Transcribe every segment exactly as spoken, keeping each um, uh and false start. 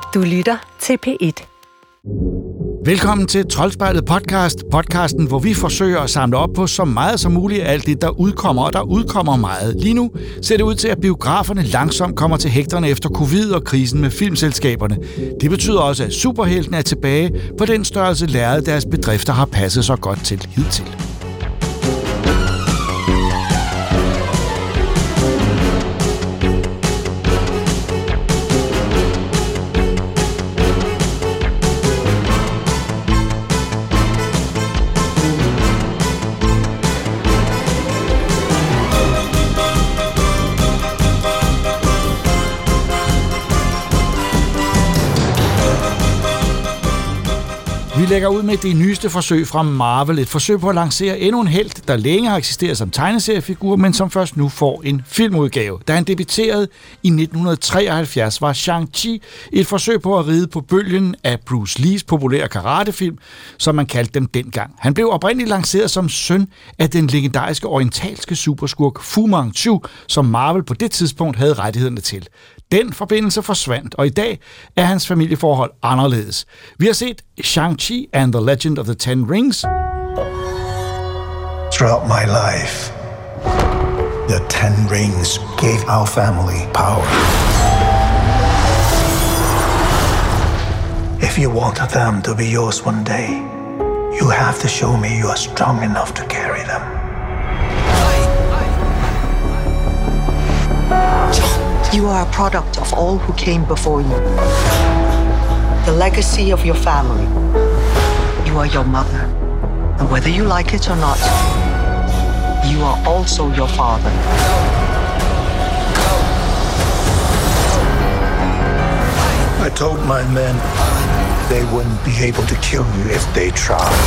Du lytter til P et. Velkommen til Troldspejlet podcast, podcasten, hvor vi forsøger at samle op på så meget som muligt af alt det, der udkommer, og der udkommer meget. Lige nu ser det ud til, at biograferne langsomt kommer til hægterne efter covid og krisen med filmselskaberne. Det betyder også, at superheltene er tilbage på den størrelse lærred, deres bedrifter har passet så godt til hidtil. Vi lægger ud med det nyeste forsøg fra Marvel. Et forsøg på at lancere endnu en helt, der længe har eksisteret som tegneseriefigur, men som først nu får en filmudgave. Da han debuterede i nitten treoghalvfjerds, var Shang-Chi et forsøg på at ride på bølgen af Bruce Lees populære karatefilm, som man kaldte dem dengang. Han blev oprindeligt lanceret som søn af den legendariske orientalske superskurk Fu Manchu, som Marvel på det tidspunkt havde rettighederne til. Den forbindelse forsvandt, og i dag er hans familieforhold anderledes. Vi har set Shang-Chi and the Legend of the Ten Rings. Throughout my life, the Ten Rings gave our family power. If you want them to be yours one day, you have to show me you are strong enough to carry them. You are a product of all who came before you. The legacy of your family. You are your mother. And whether you like it or not, you are also your father. I told my men they wouldn't be able to kill you if they tried.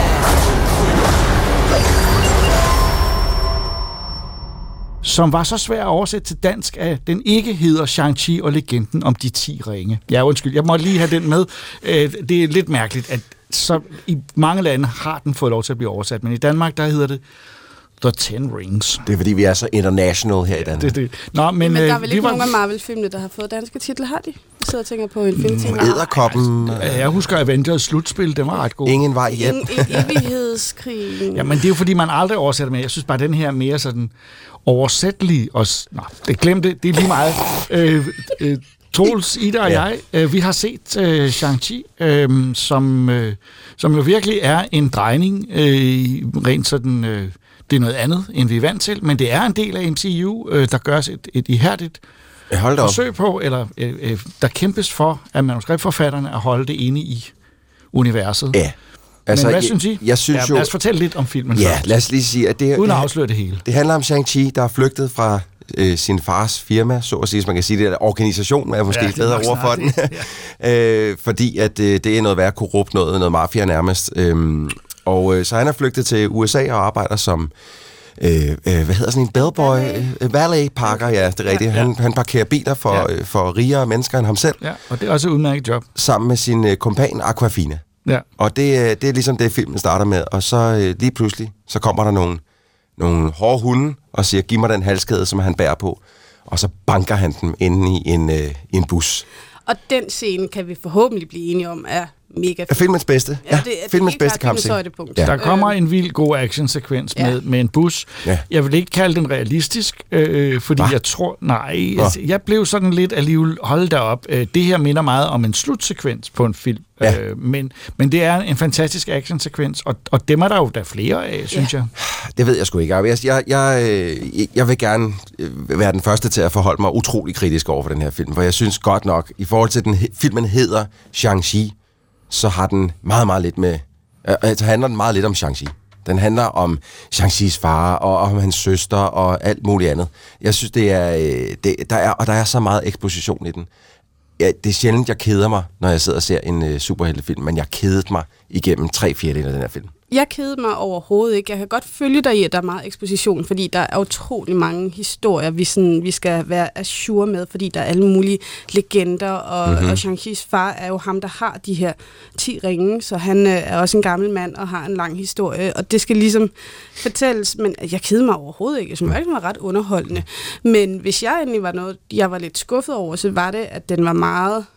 Som var så svær at oversætte til dansk, at den ikke hedder Shang-Chi og legenden om de ti ringe. Ja, undskyld, jeg må lige have den med. Det er lidt mærkeligt, at så i mange lande har den fået lov til at blive oversat, men i Danmark, der hedder det The Ten Rings. Det er, fordi vi er så international her i Danmark. Det, det. Nå, men, men der er vel ikke var... nogen af Marvel-filmene, der har fået danske titler, har de? Jeg sidder og tænker på Infinity War. Edderkoppen. Ja, jeg husker Avengers slutspil, det var ret god. Ingen vej hjem. En, en evighedskrig. Ja, men det er jo fordi, man aldrig oversætter med. Jeg synes bare, den her er mere sådan oversættelig. Og... Nå, det glemte det. Det er lige meget. øh, øh, Troels, Ida og ja. jeg, øh, vi har set øh, Shang-Chi, øh, som, øh, som jo virkelig er en drejning, øh, rent sådan... Øh, det er noget andet, end vi er vant til, men det er en del af M C U, øh, der gøres et, et ihærdigt forsøg på, eller øh, øh, der kæmpes for af manuskriptforfatterne at holde det inde i universet. Ja. Altså, men hvad jeg, synes I? Jeg synes ja, jo, lad os fortælle lidt om filmen. Ja, først. lad os lige sige, at det... Uden at det, afsløre det hele. Det handler om Shang-Chi, der er flygtet fra øh, sin fars firma, så at sige, hvis man kan sige det, eller organisation, er måske ja, et bedre ord for den. Ja. øh, fordi at øh, det er noget værd korrupt, noget, noget mafia nærmest. Øhm, og øh, så han er flygtet til U S A og arbejder som... Øh, øh, hvad hedder sådan en bellboy? Øh, valet parker, ja, det er rigtigt. Ja, ja. Han, han parkerer biler for, ja. øh, for rigere mennesker end ham selv. Ja, og det er også et udmærket job. Sammen med sin øh, kompan Aquafina. Ja. Og det, øh, det er ligesom det, filmen starter med. Og så øh, lige pludselig, så kommer der nogle, nogle hårde hunde og siger, giv mig den halskæde, som han bærer på. Og så banker han dem inde i en, øh, i en bus. Og den scene kan vi forhåbentlig blive enige om er mega fed. Filmens bedste. Ja, det, det filmens bedste kampscene. Ja. Der kommer en vild god actionsekvens med, ja. med en bus. Ja. Jeg vil ikke kalde den realistisk, øh, fordi Hva? jeg tror... Nej, altså, jeg blev sådan lidt alligevel... Hold da op. Øh, det her minder meget om en slutsekvens på en film. Ja. Øh, men, men det er en fantastisk actionsekvens, og, og dem er der jo der flere af, synes ja. jeg. Det ved jeg sgu ikke. Jeg, jeg, jeg, jeg vil gerne være den første til at forholde mig utrolig kritisk over for den her film, for jeg synes godt nok, i forhold til den filmen hedder Shang-Chi, så har den meget, meget lidt med... Altså handler den meget lidt om Shang-Chi. Den handler om Shang-Chis far, og om hans søster, og alt muligt andet. Jeg synes, det er... Det, der er og der er så meget eksposition i den. Ja, det er sjældent, jeg keder mig, når jeg sidder og ser en uh, superheltefilm, men jeg kedede mig igennem tre fjerdedele af den her film. Jeg kedede mig overhovedet ikke. Jeg kan godt følge dig i, at der er meget eksposition, fordi der er utrolig mange historier, vi, sådan, vi skal være ajour med, fordi der er alle mulige legender, og, mm-hmm. og Shang-Chis far er jo ham, der har de her ti ringe, så han øh, er også en gammel mand og har en lang historie, og det skal ligesom fortælles, men jeg kedede mig overhovedet ikke. Jeg synes ikke, det var ret underholdende. Men hvis jeg endelig var noget, jeg var lidt skuffet over, så var det, at den var meget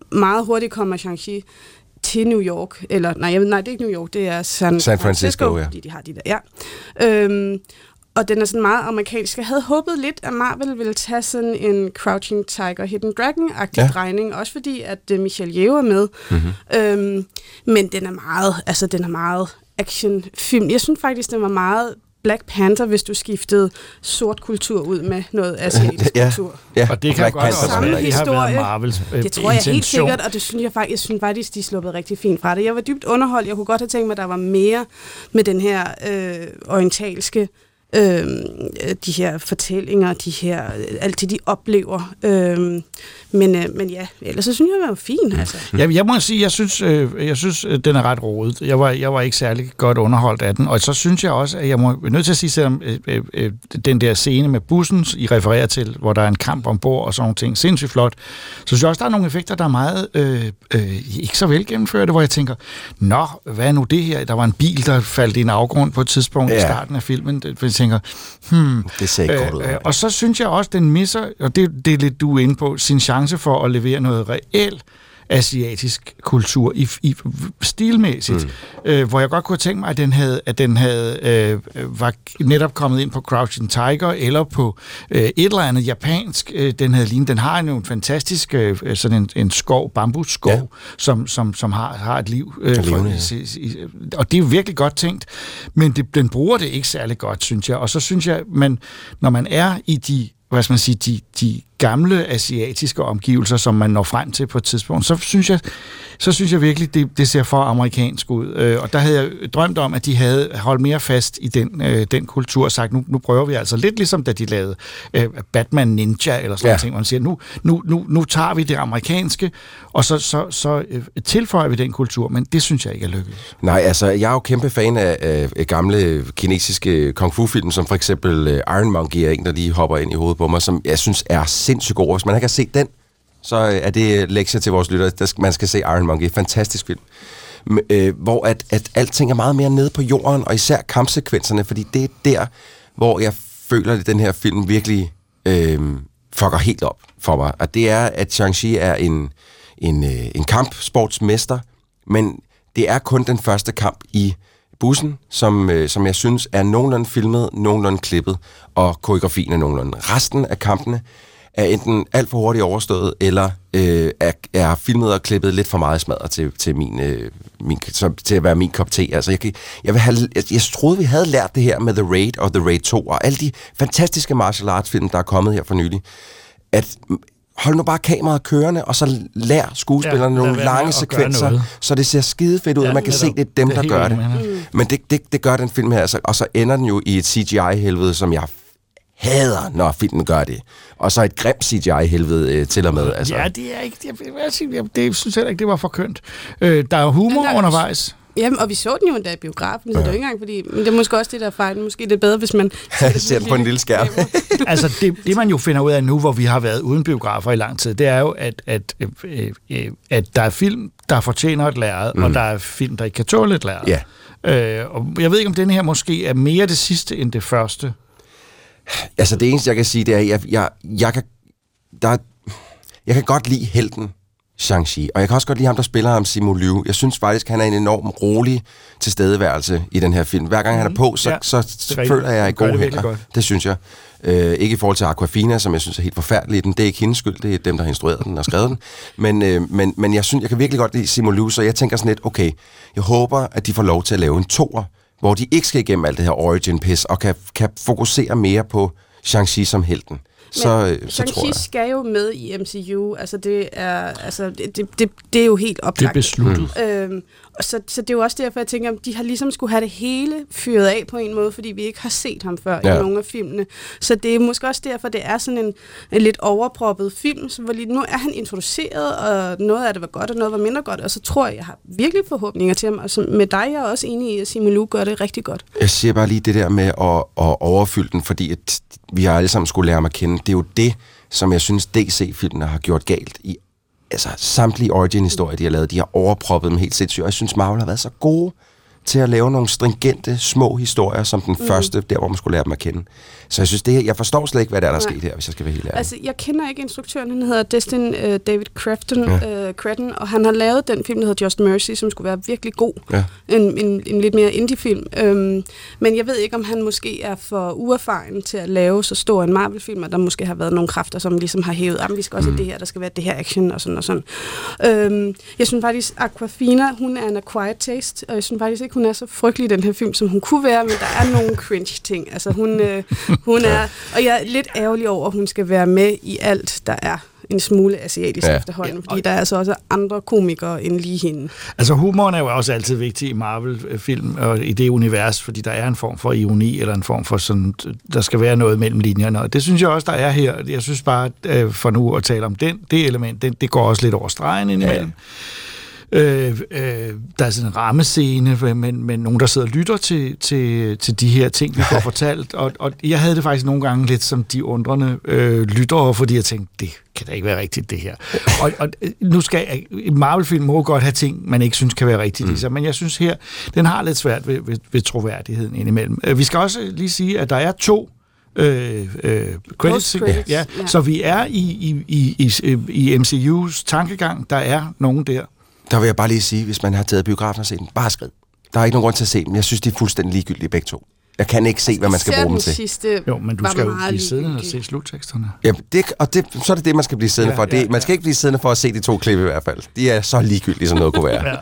meget hurtigt kommer Shang-Chi til New York, eller nej, jeg, nej, det er ikke New York, det er San, San Francisco, Francisco, ja. Fordi de har de der, ja. Øhm, og den er sådan meget amerikansk. Jeg havde håbet lidt, at Marvel ville tage sådan en Crouching Tiger, Hidden Dragon-agtig ja. drejning, også fordi, at uh, Michelle Yeoh er med. Mm-hmm. Øhm, men den er meget, altså den er meget actionfilm. Jeg synes faktisk, den var meget Black Panther, hvis du skiftede sort kultur ud med noget asiatisk ja, kultur. Ja, og det kan Black godt også Samme være, det har været historie. Marvels øh, Det tror jeg intention. helt sikkert, og det synes jeg faktisk, jeg synes faktisk, de sluppede rigtig fint fra det. Jeg var dybt underholdt. Jeg kunne godt have tænkt mig, at der var mere med den her øh, orientalske øh, de her fortællinger, de her, alt det, de oplever. Øh, men, øh, men ja, ellers så synes jeg, det var fint. Altså. Jeg, jeg må sige, jeg synes, øh, jeg synes, den er ret rodet. Jeg var, jeg var ikke særlig godt underholdt af den, og så synes jeg også, at jeg må nødt til at sige, selvom øh, øh, den der scene med bussen, I refererer til, hvor der er en kamp ombord og sådan nogle ting, sindssygt flot, så synes jeg også, der er nogle effekter, der er meget øh, øh, ikke så vel gennemførte, hvor jeg tænker, nå, hvad er nu det her? Der var en bil, der faldt i en afgrund på et tidspunkt ja. i starten af filmen, hvor jeg tænker, hmm. Det ser ikke godt ud. Øh, øh, og så synes jeg også, den misser, og det, det er lidt du er inde på, sin chance for at levere noget reelt asiatisk kultur i, i stilmæssigt, mm. øh, hvor jeg godt kunne tænke mig, at den havde, at den havde øh, var netop kommet ind på Crouching Tiger eller på øh, et eller andet japansk. Øh, den havde lignet. Den har jo en fantastisk øh, sådan en, en skov, bambusskov, ja. som, som, som har, har et liv. Øh, for, levende, ja. Og det er jo virkelig godt tænkt, men det, den bruger det ikke særlig godt, synes jeg. Og så synes jeg, man, når man er i de hvad skal man sige, de, de gamle asiatiske omgivelser, som man når frem til på et tidspunkt, så synes jeg, så synes jeg virkelig, det, det ser for amerikansk ud. Øh, og der havde jeg drømt om, at de havde holdt mere fast i den, øh, den kultur og sagt, nu, nu prøver vi altså lidt ligesom da de lavede øh, Batman Ninja eller sådan ja. noget ting, man siger, nu, nu, nu, nu tager vi det amerikanske, og så, så, så øh, tilføjer vi den kultur, men det synes jeg ikke er lykkedes. Nej, altså, jeg er jo kæmpe fan af, af gamle kinesiske kung fu-film, som for eksempel uh, Iron Monkey er en, der lige hopper ind i hovedet på mig, som jeg synes er sindssygt god. Hvis man ikke har set den, så er det lektier til vores lyttere. Man skal se Iron Monkey. Fantastisk film. Øh, hvor at, at alting er meget mere nede på jorden, og især kampsekvenserne, fordi det er der, hvor jeg føler, at den her film virkelig øh, fucker helt op for mig. Og det er, at Shang-Chi er en, en, øh, en kampsportsmester, men det er kun den første kamp i bussen, som, øh, som jeg synes er nogenlunde filmet, nogenlunde klippet, og koreografien er nogenlunde. Resten af kampene er enten alt for hurtigt overstået, eller øh, er, er filmet og klippet lidt for meget smadret til, til, min, øh, min, så, til at være min kop te. Altså, jeg, jeg, vil have, jeg, jeg troede, vi havde lært det her med The Raid og The Raid to, og alle de fantastiske martial arts film, der er kommet her for nylig, at hold nu bare kameraet kørende, og så lær skuespillerne ja, nogle lange sekvenser, så det ser skide fedt ud, ja, og man kan se, det er dem, det er der gør det. Mm. Men det, det, det gør den film her, altså, og så ender den jo i et C G I-helvede, som jeg hader, når filmen gør det. Og så et grimt C G I-helvede øh, til og med. Altså. Ja, det er ikke... Jeg, jeg, jeg, det synes jeg ikke, det var for kønt. Øh, der er humor der, undervejs. Jamen, og vi så den jo endda i biografen, så ja. det er jo ikke engang fordi... Men det er måske også det, der er fejl. Måske det er bedre, hvis man... ser den på en lille skærm. Altså, det, det man jo finder ud af nu, hvor vi har været uden biografer i lang tid, det er jo, at, at, øh, øh, at der er film, der fortjener et lærred, mm. og der er film, der ikke kan tåle et lærred. Ja. Øh, og jeg ved ikke, om den her måske er mere det sidste end det første. Altså, det eneste, jeg kan sige, det er, at jeg, jeg, jeg, kan, der, jeg kan godt lide helten Shang-Chi, og jeg kan også godt lide ham, der spiller ham, Simu Liu. Jeg synes faktisk, han er en enorm rolig tilstedeværelse i den her film. Hver gang mm. han er på, så, ja, så, så føler jeg i gode hænder. Det, det synes jeg. Øh, ikke i forhold til Aquafina, som jeg synes er helt forfærdelig. Den, det er ikke hendes skyld, det er dem, der har instrueret den og skrevet den. Men, øh, men, men jeg synes, jeg kan virkelig godt lide Simu Liu, så jeg tænker sådan lidt, okay, jeg håber, at de får lov til at lave en toer, hvor de ikke skal igennem alt det her origin-pis, og kan, kan fokusere mere på Shang-Chi som helten. Så, så Shang-Chi skal jo med i M C U, altså det er, altså det, det, det, det er jo helt oplagt. Det er besluttet. Mm. Øhm, og så, så det er jo også derfor, jeg tænker, at de har ligesom skulle have det hele fyret af på en måde, fordi vi ikke har set ham før ja. i nogle af filmene. Så det er måske også derfor, det er sådan en, en lidt overproppet film, så hvor lige, nu er han introduceret, og noget af det var godt, og noget var mindre godt, og så tror jeg, jeg har virkelig forhåbninger til ham. Og så med dig, jeg er også enig i, at Simu Liu gør det rigtig godt. Jeg siger bare lige det der med at, at overfylde den, fordi at vi har alle sammen skulle lære ham at kende. Det er jo det, som jeg synes, D C-filmene har gjort galt i altså samtlige origin-historier, de har lavet. De har overproppet dem helt sindssygt, og jeg synes, Marvel har været så gode til at lave nogle stringente, små historier, som den mm. første, der hvor man skulle lære dem at kende. Så jeg synes, det jeg forstår slet ikke, hvad der er, der er sket her, hvis jeg skal være helt ærlig. Altså, jeg kender ikke instruktøren, han hedder Destin uh, David Crafton, ja. uh, Cretton, og han har lavet den film, der hedder Just Mercy, som skulle være virkelig god. Ja. En, en, en lidt mere indie-film. Øhm, men jeg ved ikke, om han måske er for uerfaren til at lave så stor en Marvel-film, og der måske har været nogle kræfter, som ligesom har hævet, at vi skal også mm. have det her, der skal være det her action, og sådan og sådan. Øhm, jeg synes faktisk, Awkwafina, hun er en acquired taste, og jeg synes faktisk ikke, hun er så frygtelig i den her film, som hun kunne være, men der er nogle cringe-ting. Altså, hun, øh, hun er... Og jeg er lidt ærgerlig over, at hun skal være med i alt, der er en smule asiatisk ja. efterhånden, fordi der er altså også andre komikere end lige hende. Altså humoren er jo også altid vigtig i Marvel-film og i det univers, fordi der er en form for ironi, eller en form for sådan, der skal være noget mellem linjerne, og det synes jeg også, der er her. Jeg synes bare, for nu at tale om den, det element, det, det går også lidt over stregen indimellem. Ja. Øh, øh, der er sådan en rammescene, men, men nogen, der sidder og lytter til, til, til de her ting, vi får fortalt. Og, og jeg havde det faktisk nogle gange lidt som de undrende øh, lyttere, fordi jeg tænkte, det kan da ikke være rigtigt, det her. og, og nu skal en Marvel-film må godt have ting, man ikke synes kan være rigtigt mm. i sig, men jeg synes her, den har lidt svært ved, ved, ved troværdigheden indimellem. Vi skal også lige sige, at der er to Øh, øh, credits, credits. Ja, ja. Så vi er i, i, i, i, i M C U's tankegang, der er nogen der. Der vil jeg bare lige sige, hvis man har taget biografen og set den, bare skrid. Der er ikke nogen grund til at se dem. Jeg synes, de er fuldstændig ligegyldige begge to. Jeg kan ikke se, hvad man skal bruge dem til. Sidste jo, men du skal jo blive siddende og se slutteksterne. Ja, det, og det, så er det det, man skal blive siddende ja, for. Det, ja, man skal ja. ikke blive siddende for at se de to klip i hvert fald. De er så ligegyldige, som noget kunne være.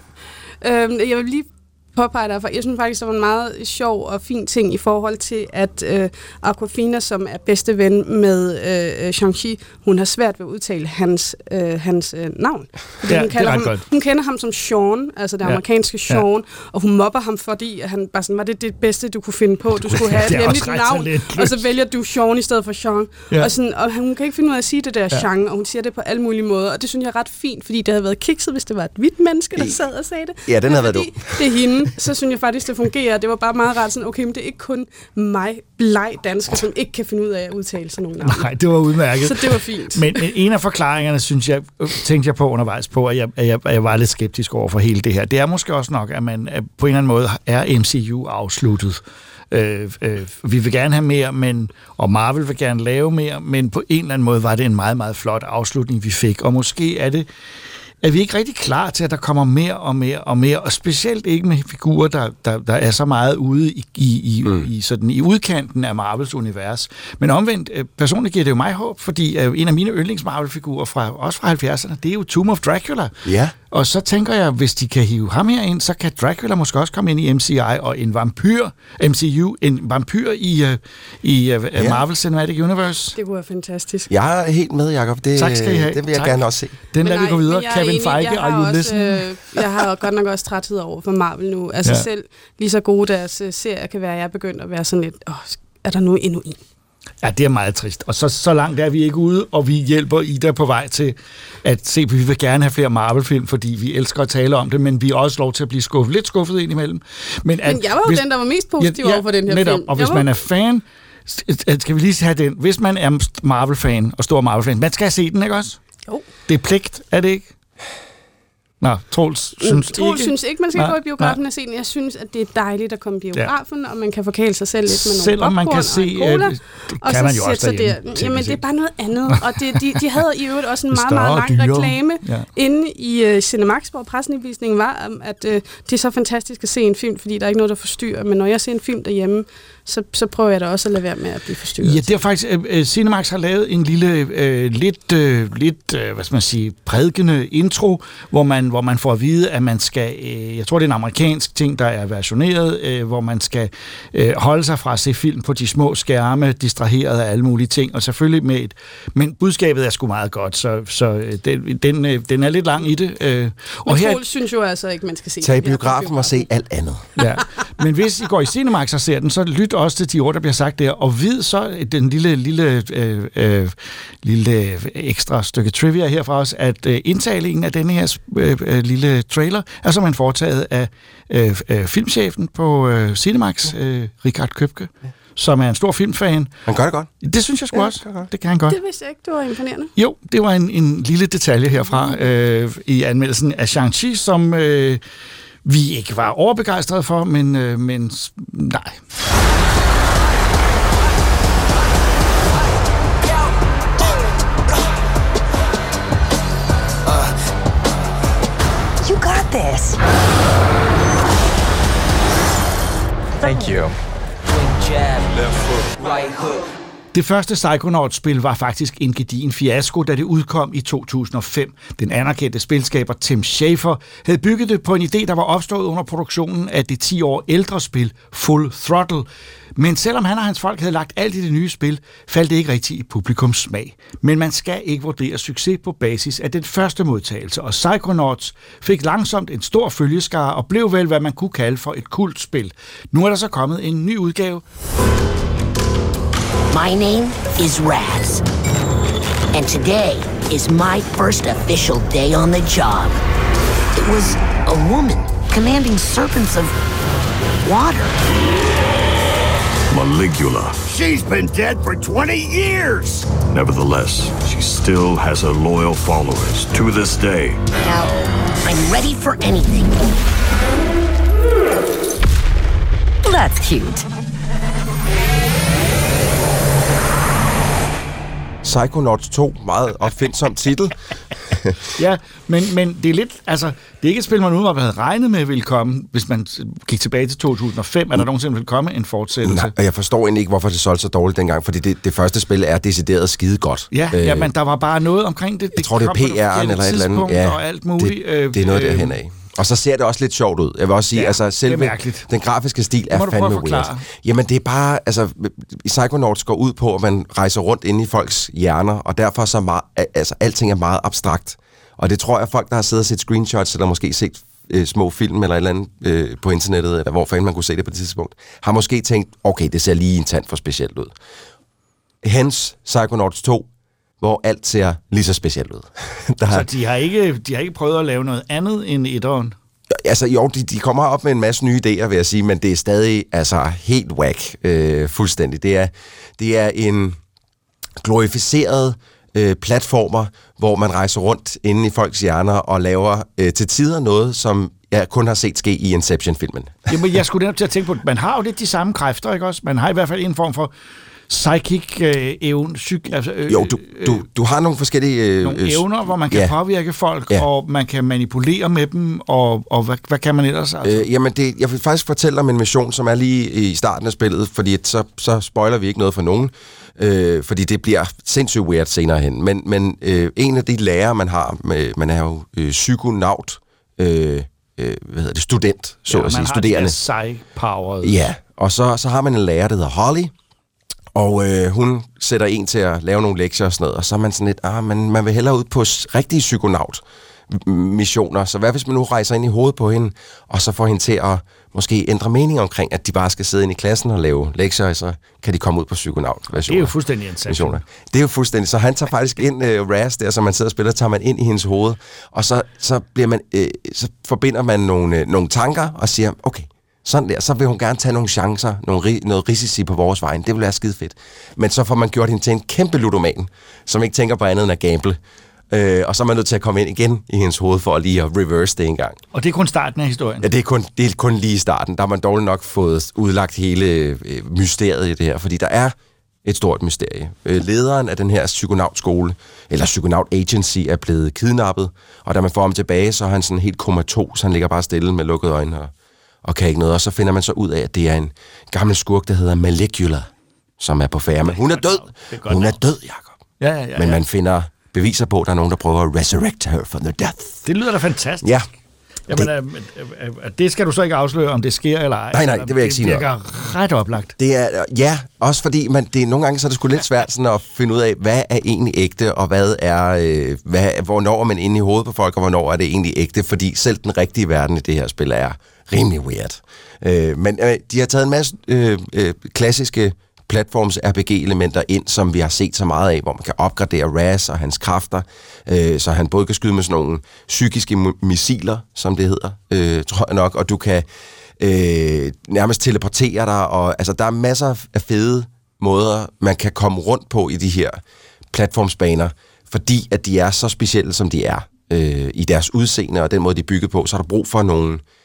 ja. øhm, jeg vil lige påpeger derfor. Jeg synes faktisk, det var en meget sjov og fin ting i forhold til, at øh, Awkwafina, som er bedste ven med øh, Shang-Chi, hun har svært ved at udtale hans, øh, hans øh, navn. Fordi ja, hun, kalder ham, hun kender ham som Sean, altså det ja. amerikanske Sean, ja. og hun mobber ham, fordi han bare sådan, var det det bedste, du kunne finde på? Du skulle have et hemmeligt navn, og så vælger du Sean i stedet for Sean. Ja. Og, sådan, og hun kan ikke finde ud af at sige det der ja. Shang, og hun siger det på alle mulige måder, og det synes jeg er ret fint, fordi det havde været kikset, hvis det var et hvidt menneske, der sad og sagde det. Ja, den havde været dum. Det er hende. Så synes jeg faktisk, det fungerer. Det var bare meget rart sådan, okay, men det er ikke kun mig, bleg dansker, som ikke kan finde ud af at udtale sådan nogle navne. Nej, det var udmærket. Så det var fint. Men, men en af forklaringerne, synes jeg, tænkte jeg på undervejs på, at jeg, at jeg, at jeg var lidt skeptisk over for hele det her. Det er måske også nok, at man at på en eller anden måde er M C U afsluttet. Øh, øh, vi vil gerne have mere, men, og Marvel vil gerne lave mere, men på en eller anden måde var det en meget, meget flot afslutning, vi fik. Og måske er det er vi ikke rigtig klar til, at der kommer mere og mere og mere, og specielt ikke med figurer, der, der, der er så meget ude i, i, i, mm. i, sådan, i udkanten af Marvels univers. Men omvendt, personligt giver det jo mig håb, fordi en af mine yndlings-Marvel-figurer, fra, også fra halvfjerdserne, det er jo Tomb of Dracula. Ja. Og så tænker jeg, hvis de kan hive ham her ind, så kan Dracula måske også komme ind i M C I, og en vampyr, M C U, en vampyr i, uh, i uh, ja. Marvel Cinematic Universe. Det kunne være fantastisk. Jeg er helt med, Jacob. Det, tak skal I have. Det vil jeg tak. gerne også se. Den lader vi gå videre. Kevin Feige, are you listening? Øh, jeg har godt nok også træthed over for Marvel nu. Altså ja. selv lige så gode deres uh, serier kan være, jeg er begyndt at være sådan lidt, åh, er der nu endnu en? Ja, det er meget trist. Og så, så langt er vi ikke ude, og vi hjælper Ida på vej til at se, vi vil gerne have flere Marvel-film, fordi vi elsker at tale om det, men vi er også lov til at blive skuffet, lidt skuffet indimellem. Men, at, men jeg var jo hvis, den, der var mest positiv ja, ja, over for den her netop, film. Og hvis man er fan, skal vi lige have den, hvis man er Marvel-fan og stor Marvel-fan, man skal se den, ikke også? Jo. Det er pligt, er det ikke? Nå, Troels synes Troels ikke. synes ikke, man skal nej, gå i biografen og se den. Jeg synes, at det er dejligt at komme i biografen, ja. og man kan forkæle sig selv lidt med nogle Selvom man kan se, cola, det kan man jo også derhjemme. Der. Jamen, det er bare noget andet. Og det, de, de havde i øvrigt også en meget, meget lang reklame ja. inde i uh, Cinemax, hvor presseindvisningen var, at uh, det er så fantastisk at se en film, fordi der er ikke noget, der forstyrrer. Men når jeg ser en film derhjemme, så, så prøver jeg da også at lade være med at blive forstyrret. Ja, det er faktisk, uh, Cinemax har lavet en lille, uh, lidt, uh, lidt uh, hvad skal man sige, prædikende intro, hvor man, hvor man får at vide, at man skal, uh, jeg tror det er en amerikansk ting, der er versioneret, uh, hvor man skal uh, holde sig fra at se film på de små skærme, distraheret af alle mulige ting, og selvfølgelig med et, men budskabet er sgu meget godt, så, så den, den, uh, den er lidt lang i det. Uh, men og her synes jo altså ikke, man skal se tag i biografen og se alt andet. Ja. Men hvis I går i Cinemax og ser den, så lyt også til de ord, der bliver sagt der, og vid så den lille, lille, øh, øh, lille ekstra stykke trivia her fra os, at øh, indtalingen af denne her øh, lille trailer er som en foretaget af øh, øh, filmchefen på øh, Cinemax, øh, Richard Købke, ja. som er en stor filmfan. Han gør det godt. Det synes jeg sgu ja, også. Det, det kan han godt. Det vidste jeg ikke, det var imponerende. Jo, det var en, en lille detalje herfra øh, i anmeldelsen af Shang-Chi, som øh, vi ikke var overbegejstrede for, men, øh, men nej. this. Thank you. Wing jab, left foot, right hook. Det første Psychonauts-spil var faktisk en gedigen fiasko, da det udkom i to tusind og fem. Den anerkendte spilskaber Tim Schafer havde bygget det på en idé, der var opstået under produktionen af det ti år ældre spil Full Throttle. Men selvom han og hans folk havde lagt alt i det nye spil, faldt det ikke rigtigt i publikums smag. Men man skal ikke vurdere succes på basis af den første modtagelse, og Psychonauts fik langsomt en stor følgeskare og blev vel, hvad man kunne kalde for et kultspil. Nu er der så kommet en ny udgave. My name is Raz, and today is my first official day on the job. It was a woman commanding serpents of water. Maligula. She's been dead for twenty years! Nevertheless, she still has her loyal followers to this day. Now, I'm ready for anything. That's cute. Psychonauts to, meget opfindsom titel. Ja, men, men det er lidt, altså, det er ikke et spil, man umiddelbart havde regnet med ville komme, hvis man gik tilbage til to tusind og fem, er der nogensinde ville komme en fortsættelse. Nej, og jeg forstår egentlig ikke, hvorfor det solgte så dårligt dengang, fordi det, det første spil er decideret skide godt. Ja, øh, ja, men der var bare noget omkring det. Jeg det tror, det er P R'en eller et eller andet. Ja, og alt muligt. Det, det er noget derhen af. Og så ser det også lidt sjovt ud. Jeg vil også sige, ja, altså selve den grafiske stil er fandme weird. Jamen det er bare, altså Psychonauts går ud på, at man rejser rundt inde i folks hjerner, og derfor så meget, altså alting er meget abstrakt. Og det tror jeg, folk, der har siddet og set screenshots, eller måske set øh, små film eller et eller andet øh, på internettet, eller hvor fanden man kunne se det på det tidspunkt, har måske tænkt, okay, det ser lige en tand for specielt ud. Hens Psychonauts to, hvor alt ser lige så specielt ud. Der så de har, ikke, de har ikke prøvet at lave noget andet end etteren? Altså jo, de, de kommer op med en masse nye idéer, vil jeg sige, men det er stadig altså helt whack, øh, fuldstændig. Det er, det er en glorificeret øh, platformer, hvor man rejser rundt inde i folks hjerner og laver øh, til tider noget, som jeg kun har set ske i Inception-filmen. Jamen, jeg skulle netop til at tænke på, man har jo lidt de samme kræfter, ikke også? Man har i hvert fald en form for psychic øh, evne, psyk, altså, øh, jo, du, du, du har nogle forskellige øh, nogle evner, hvor man kan ja. påvirke folk, ja. og man kan manipulere med dem, og, og hvad, hvad kan man ellers? Altså? Øh, jamen, det, jeg vil faktisk fortælle om en mission, som er lige i starten af spillet, fordi så, så spoiler vi ikke noget for nogen, øh, fordi det bliver sindssygt weird senere hen. Men, men øh, en af de lærere, man har, med, man er jo øh, psykonaut, øh, øh, hvad hedder det, student, så ja, at sige, studerende. Man har de psy-powers. Ja, og så, så har man en lærer, der hedder Holly, og øh, hun sætter en til at lave nogle lektier og sådan noget, og så er man sådan lidt, ah, man, man vil hellere ud på rigtige psykonaut-missioner, så hvad hvis man nu rejser ind i hovedet på hende, og så får hende til at måske ændre mening omkring, at de bare skal sidde inde i klassen og lave lektier, og så kan de komme ud på psykonaut-versioner. Det er jo fuldstændig Inception. Det er jo fuldstændig, så han tager faktisk ind, øh, Raz der, som man sidder og spiller, tager man ind i hendes hoved, og så, så, bliver man, øh, så forbinder man nogle, øh, nogle tanker, og siger, okay, sådan der, så vil hun gerne tage nogle chancer, nogle, noget risici på vores vej. Det vil være skide fedt. Men så får man gjort hende til en kæmpe ludoman, som ikke tænker på andet end at gamble. Øh, og så er man nødt til at komme ind igen i hendes hoved for at lige at reverse det en gang. Og det er kun starten af historien? Ja, det er kun, det er kun lige starten. Der har man dårligt nok fået udlagt hele øh, mysteriet i det her, fordi der er et stort mysterie. Øh, lederen af den her psykonautskole, eller psykonaut agency, er blevet kidnappet, og da man får ham tilbage, så er han sådan helt komatos. Han ligger bare stille med lukkede øjne og og kan ikke noget. Og så finder man så ud af, at det er en gammel skurk, der hedder Maligula, som er på færre. Men hun er død. Er hun er død, Jacob. Ja, ja, ja, Men man finder beviser på, at der er nogen, der prøver at resurrect her from the death. Det lyder da fantastisk. Ja. Jamen, det, øh, øh, det skal du så ikke afsløre, om det sker eller ej. Nej, nej, det vil jeg ikke sige noget. Det virker ret oplagt. Det er, ja, også fordi man, det er, nogle gange så er det sgu lidt svært sådan at finde ud af, hvad er egentlig ægte, og hvad er, øh, hvad, hvornår er man inde i hovedet på folk, og hvornår er det egentlig ægte, fordi selv den rigtige verden i det her spil er rimelig weird. Øh, men øh, de har taget en masse øh, øh, klassiske platforms R P G-elementer ind, som vi har set så meget af, hvor man kan opgradere Raz og hans kræfter, øh, så han både kan skyde med sådan nogle psykiske missiler, som det hedder, øh, tror jeg nok, og du kan øh, nærmest teleportere dig, og altså, der er masser af fede måder, man kan komme rundt på i de her platformsbaner, fordi at de er så specielle, som de er øh, i deres udseende, og den måde, de er bygget på, så er der brug for nogle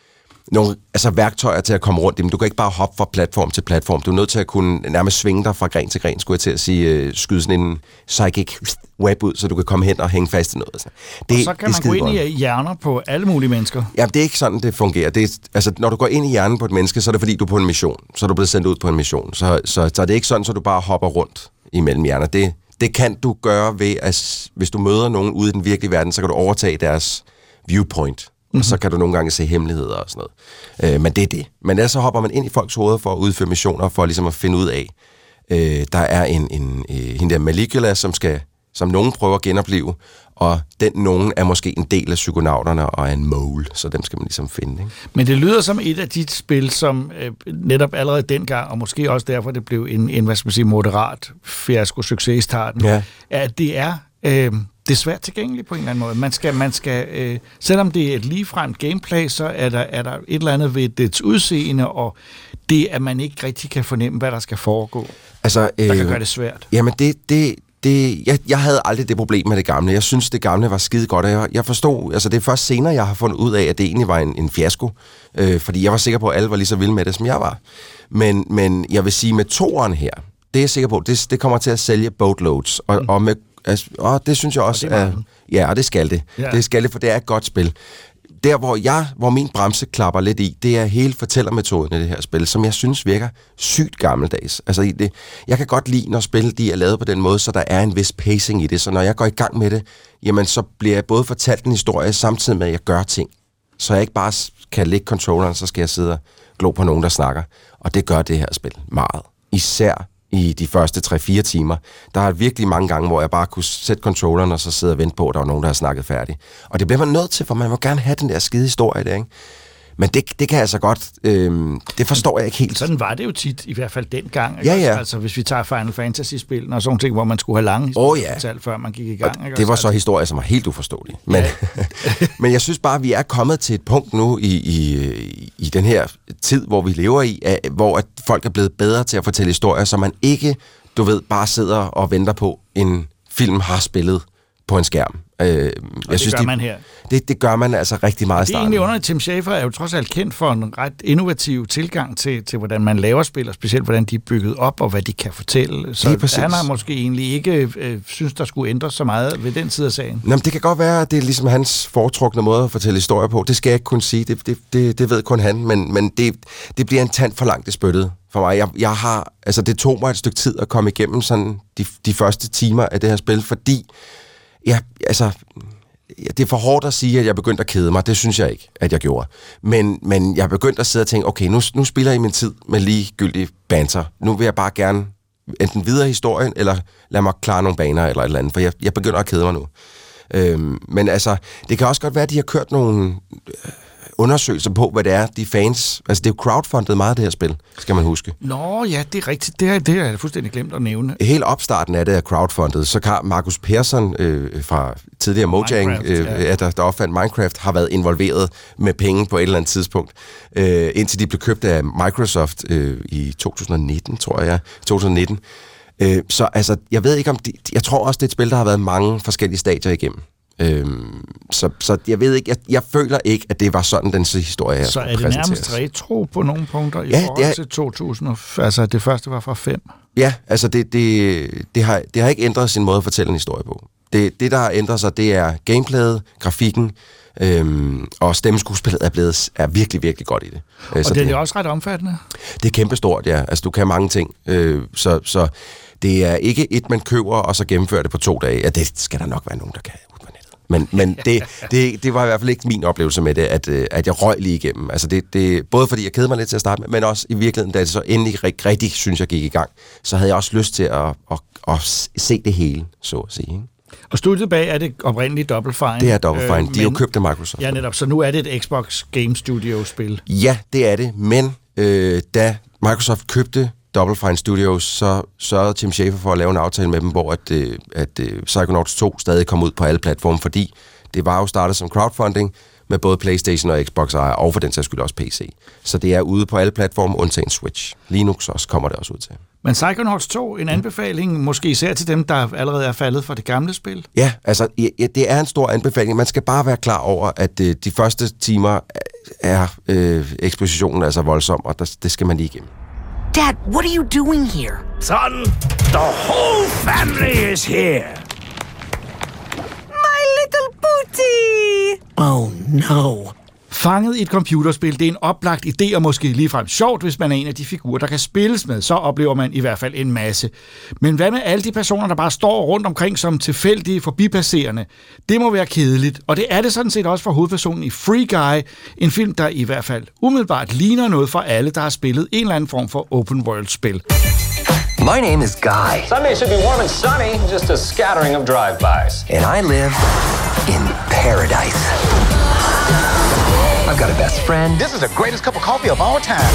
nogle altså værktøjer til at komme rundt i, men du kan ikke bare hoppe fra platform til platform. Du er nødt til at kunne nærmest svinge dig fra gren til gren, skulle jeg til at sige, øh, skyde sådan en psychic web ud, så du kan komme hen og hænge fast i noget. Altså. Det, og så kan man gå ind i hjerner på alle mulige mennesker. Ja, det er ikke sådan, det fungerer. Det er, altså, når du går ind i hjernen på et menneske, så er det fordi, du er på en mission. Så er du blevet sendt ud på en mission. Så, så, så det er ikke sådan, så du bare hopper rundt imellem hjerner. Det, det kan du gøre ved, at hvis du møder nogen ude i den virkelige verden, så kan du overtage deres viewpoint. Mm-hmm. Og så kan du nogle gange se hemmeligheder og sådan noget. Øh, men det er det. Men ellers så hopper man ind i folks hoveder for at udføre missioner, for ligesom at finde ud af, øh, der er en, en øh, hende der Maligula, som skal, som nogen prøver at genopleve, og den nogen er måske en del af psykonauterne og er en mole, så dem skal man ligesom finde. Ikke? Men det lyder som et af de spil, som øh, netop allerede dengang, og måske også derfor, det blev en, en hvad skal man sige, moderat fiasko-succes i starten, ja. at det er... Øh, Det er svært tilgængeligt på en eller anden måde. Man skal, man skal, øh, selvom det er et ligefremt gameplay, så er der, er der et eller andet ved dets udseende, og det, at man ikke rigtig kan fornemme, hvad der skal foregå. Altså, øh, der kan gøre det svært. Jamen, det... det Det, jeg, jeg havde aldrig det problem med det gamle. Jeg synes, det gamle var skide godt, og jeg, jeg forstod, altså det er først senere, jeg har fundet ud af, at det egentlig var en, en fiasko, øh, fordi jeg var sikker på, at alle var lige så vilde med det, som jeg var. Men, men jeg vil sige, med toeren her, det er jeg sikker på, det, det kommer til at sælge boatloads, og, mm. og, med, altså, og det synes jeg også, og det er, ja, og det skal det. Ja. Det skal det, for det er et godt spil. Der, hvor jeg, hvor min bremse klapper lidt i, det er hele fortællermetoden i det her spil, som jeg synes virker sygt gammeldags. Altså, det, jeg kan godt lide, når spil de er lavet på den måde, så der er en vis pacing i det. Så når jeg går i gang med det, jamen, så bliver jeg både fortalt en historie, samtidig med, at jeg gør ting. Så jeg ikke bare kan lægge controlleren, så skal jeg sidde og glo på nogen, der snakker. Og det gør det her spil meget. Især i de første tre fire timer. Der er virkelig mange gange, hvor jeg bare kunne sætte controlleren, og så sidde og vente på, at der var nogen, der har snakket færdig. Og det bliver man nødt til, for man må gerne have den der skide historie der, ikke? Men det, det kan altså godt... Øh, det forstår jeg ikke helt. Sådan var det jo tit, i hvert fald dengang. Ja, ja. Altså, hvis vi tager Final Fantasy-spil og sådan ting, hvor man skulle have lange historier oh, ja. fortalt, før man gik i gang. Ikke? Det var så historier, som var helt uforståelige. Men, ja. men jeg synes bare, at vi er kommet til et punkt nu i, i, i den her tid, hvor vi lever i, at, hvor at folk er blevet bedre til at fortælle historier, så man ikke, du ved, bare sidder og venter på, en film har spillet på en skærm. Øh, jeg det synes, gør de, man her. Det, det gør man altså rigtig meget i starten. Det er egentlig underligt. Tim Schafer er jo trods alt kendt for en ret innovativ tilgang til, til hvordan man laver spil, og specielt hvordan de er bygget op, og hvad de kan fortælle. Så han har måske egentlig ikke øh, synes, der skulle ændres så meget ved den side af sagen. Nå, det kan godt være, at det er ligesom hans foretrukne måde at fortælle historier på. Det skal jeg ikke kunne sige. Det, det, det, det ved kun han, men, men det, det bliver en tand for langt i spyttet for mig. Jeg, jeg har, altså, det tog mig et stykke tid at komme igennem sådan de, de første timer af det her spil, fordi ja, altså... Det er for hårdt at sige, at jeg begyndte at kede mig. Det synes jeg ikke, at jeg gjorde. Men, men jeg begyndte at sidde og tænke, okay, nu, nu spiller jeg min tid med ligegyldig banter. Nu vil jeg bare gerne enten videre historien, eller lad mig klare nogle baner eller et eller andet, for jeg, jeg begynder at kede mig nu. Øhm, men altså, det kan også godt være, at de har kørt nogle undersøgelser på, hvad det er, de fans... Altså, det er jo crowdfundet meget, det her spil, skal man huske. Nå, ja, det er rigtigt. Det har det jeg fuldstændig glemt at nævne. Hele opstarten af det er crowdfundet. Så kan Markus Persson øh, fra tidligere Mojang, øh, ja. der, der opfandt Minecraft, har været involveret med penge på et eller andet tidspunkt, øh, indtil de blev købt af Microsoft øh, i to tusind nitten, tror jeg. to tusind nitten. Øh, så altså, jeg ved ikke om... De, jeg tror også, det er et spil, der har været mange forskellige stadier igennem. Øhm, så, så jeg ved ikke, jeg, jeg føler ikke, at det var sådan, den historie her. Så er det nærmest retro på nogle punkter i ja, forhold er, til to tusind? Altså, det første var fra fem. Ja, altså, det, det, det, har, det har ikke ændret sin måde at fortælle en historie på. Det, det der har ændret sig, det er gameplayet, grafikken, øhm, og stemmeskuespillet er, blevet, er virkelig, virkelig godt i det. Og så det er det, også ret omfattende? Det er kæmpestort, ja. Altså, du kan mange ting. Øh, så, så det er ikke et, man køber, og så gennemfører det på to dage. Ja, det skal der nok være nogen, der kan. Men, men det, det, det var i hvert fald ikke min oplevelse med det, at, at jeg røg lige igennem. Altså det, det, både fordi jeg kedede mig lidt til at starte med, men også i virkeligheden, da det så endelig rigtig, rigtig synes jeg gik i gang, så havde jeg også lyst til at, at, at se det hele, så at sige. Ikke? Og studiet bag er det oprindeligt Double Fine. Det er Double Fine. Øh, de er jo købt af Microsoft. Ja, netop. Så nu er det et Xbox Game Studio-spil. Ja, det er det. Men øh, da Microsoft købte Double Fine Studios, så sørgede Tim Schafer for at lave en aftale med dem, hvor at, øh, at øh, Psychonauts to stadig kom ud på alle platforme, fordi det var jo startet som crowdfunding med både PlayStation og Xbox ejer, og for den sags skyld også P C. Så det er ude på alle platforme, undtagen Switch. Linux også kommer det også ud til. Men Psychonauts to, en anbefaling, måske især til dem, der allerede er faldet fra det gamle spil? Ja, altså ja, det er en stor anbefaling. Man skal bare være klar over, at øh, de første timer er øh, ekspositionen altså voldsom, og der, det skal man lige igennem. Dad, what are you doing here? Son, the whole family is here. My little booty! Oh no. Fanget i et computerspil, det er en oplagt idé, og måske ligefrem sjovt, hvis man er en af de figurer, der kan spilles med. Så oplever man i hvert fald en masse. Men hvad med alle de personer, der bare står rundt omkring som tilfældige forbipasserende? Det må være kedeligt, og det er det sådan set også for hovedpersonen i Free Guy, en film, der i hvert fald umiddelbart ligner noget for alle, der har spillet en eller anden form for open world-spil. My name is Guy. Sunday should be warm and sunny, just a scattering of drive-bys. And I live in paradise. I've got a best friend. This is the greatest cup of coffee of all time.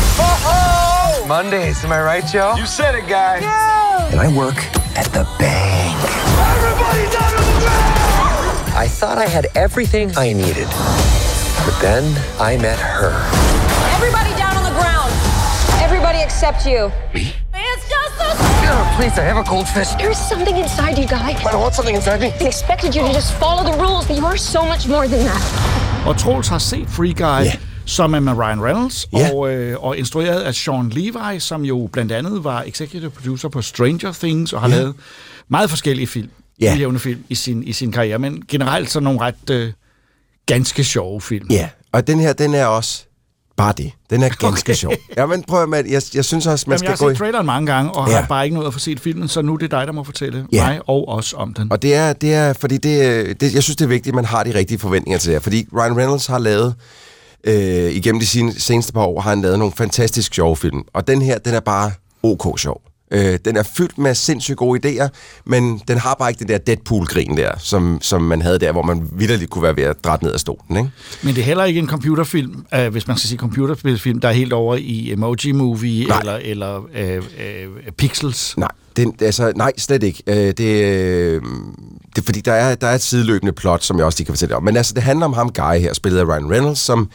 Oh! Mondays, am I right, Joe? You said it, guy. Yeah. And I work at the bank. Everybody down on the ground! I thought I had everything I needed. But then I met her. Everybody down on the ground. Everybody except you. Me? It's just a... Oh, please, I have a goldfish. There's something inside you, Guy. I don't want something inside me. I expected you to just follow the rules, but you are so much more than that. Og Troels har set Free Guy, yeah. som er med Ryan Reynolds, yeah. og, øh, og instrueret af Sean Levy, som jo blandt andet var executive producer på Stranger Things, og har yeah. lavet meget forskellige film, yeah. jævne film i sin, i sin karriere, men generelt så nogle ret øh, ganske sjove film. Ja, yeah. og den her, den er også bare det. Den er ganske okay. sjov. Ja, men prøv at, jeg, jeg synes også, man Jamen, skal jeg gå... Jeg har set traileren mange gange, og ja. har bare ikke noget at få set filmen, så nu er det dig, der må fortælle ja. mig og os om den. Og det er, det er fordi det, det, jeg synes, det er vigtigt, at man har de rigtige forventninger til det her. Fordi Ryan Reynolds har lavet, øh, igennem de seneste par år, har han lavet nogle fantastisk sjove film. Og den her, den er bare ok sjov. Øh, den er fyldt med sindssygt gode idéer, men den har bare ikke den der Deadpool-grin der, som, som man havde der, hvor man vitterligt kunne være ved at drætte ned af stolen, ikke? Men det er heller ikke en computerfilm, øh, hvis man skal sige computerspilsfilm, der er helt over i Emoji Movie nej. eller, eller øh, øh, Pixels. Nej, det, altså, nej, slet ikke. Øh, det, øh, det er fordi, der er, der er et sideløbende plot, som jeg også lige kan fortælle om. Men altså, det handler om ham, Guy her, spillet af Ryan Reynolds, som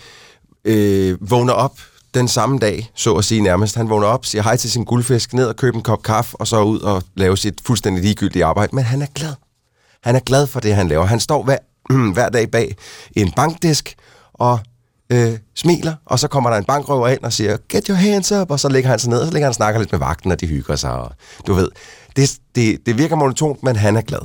øh, vågner op den samme dag, så at sige nærmest. Han vågner op, siger hej til sin guldfisk, ned og køber en kop kaffe, og så ud og lave sit fuldstændig ligegyldige arbejde. Men han er glad. Han er glad for det, han laver. Han står hver, øh, hver dag bag en bankdisk og øh, smiler, og så kommer der en bankrøver ind og siger, get your hands up, og så lægger han sig ned, og så lægger han og snakker lidt med vagten, og de hygger sig, og du ved. Det, det, det virker monotont, men han er glad.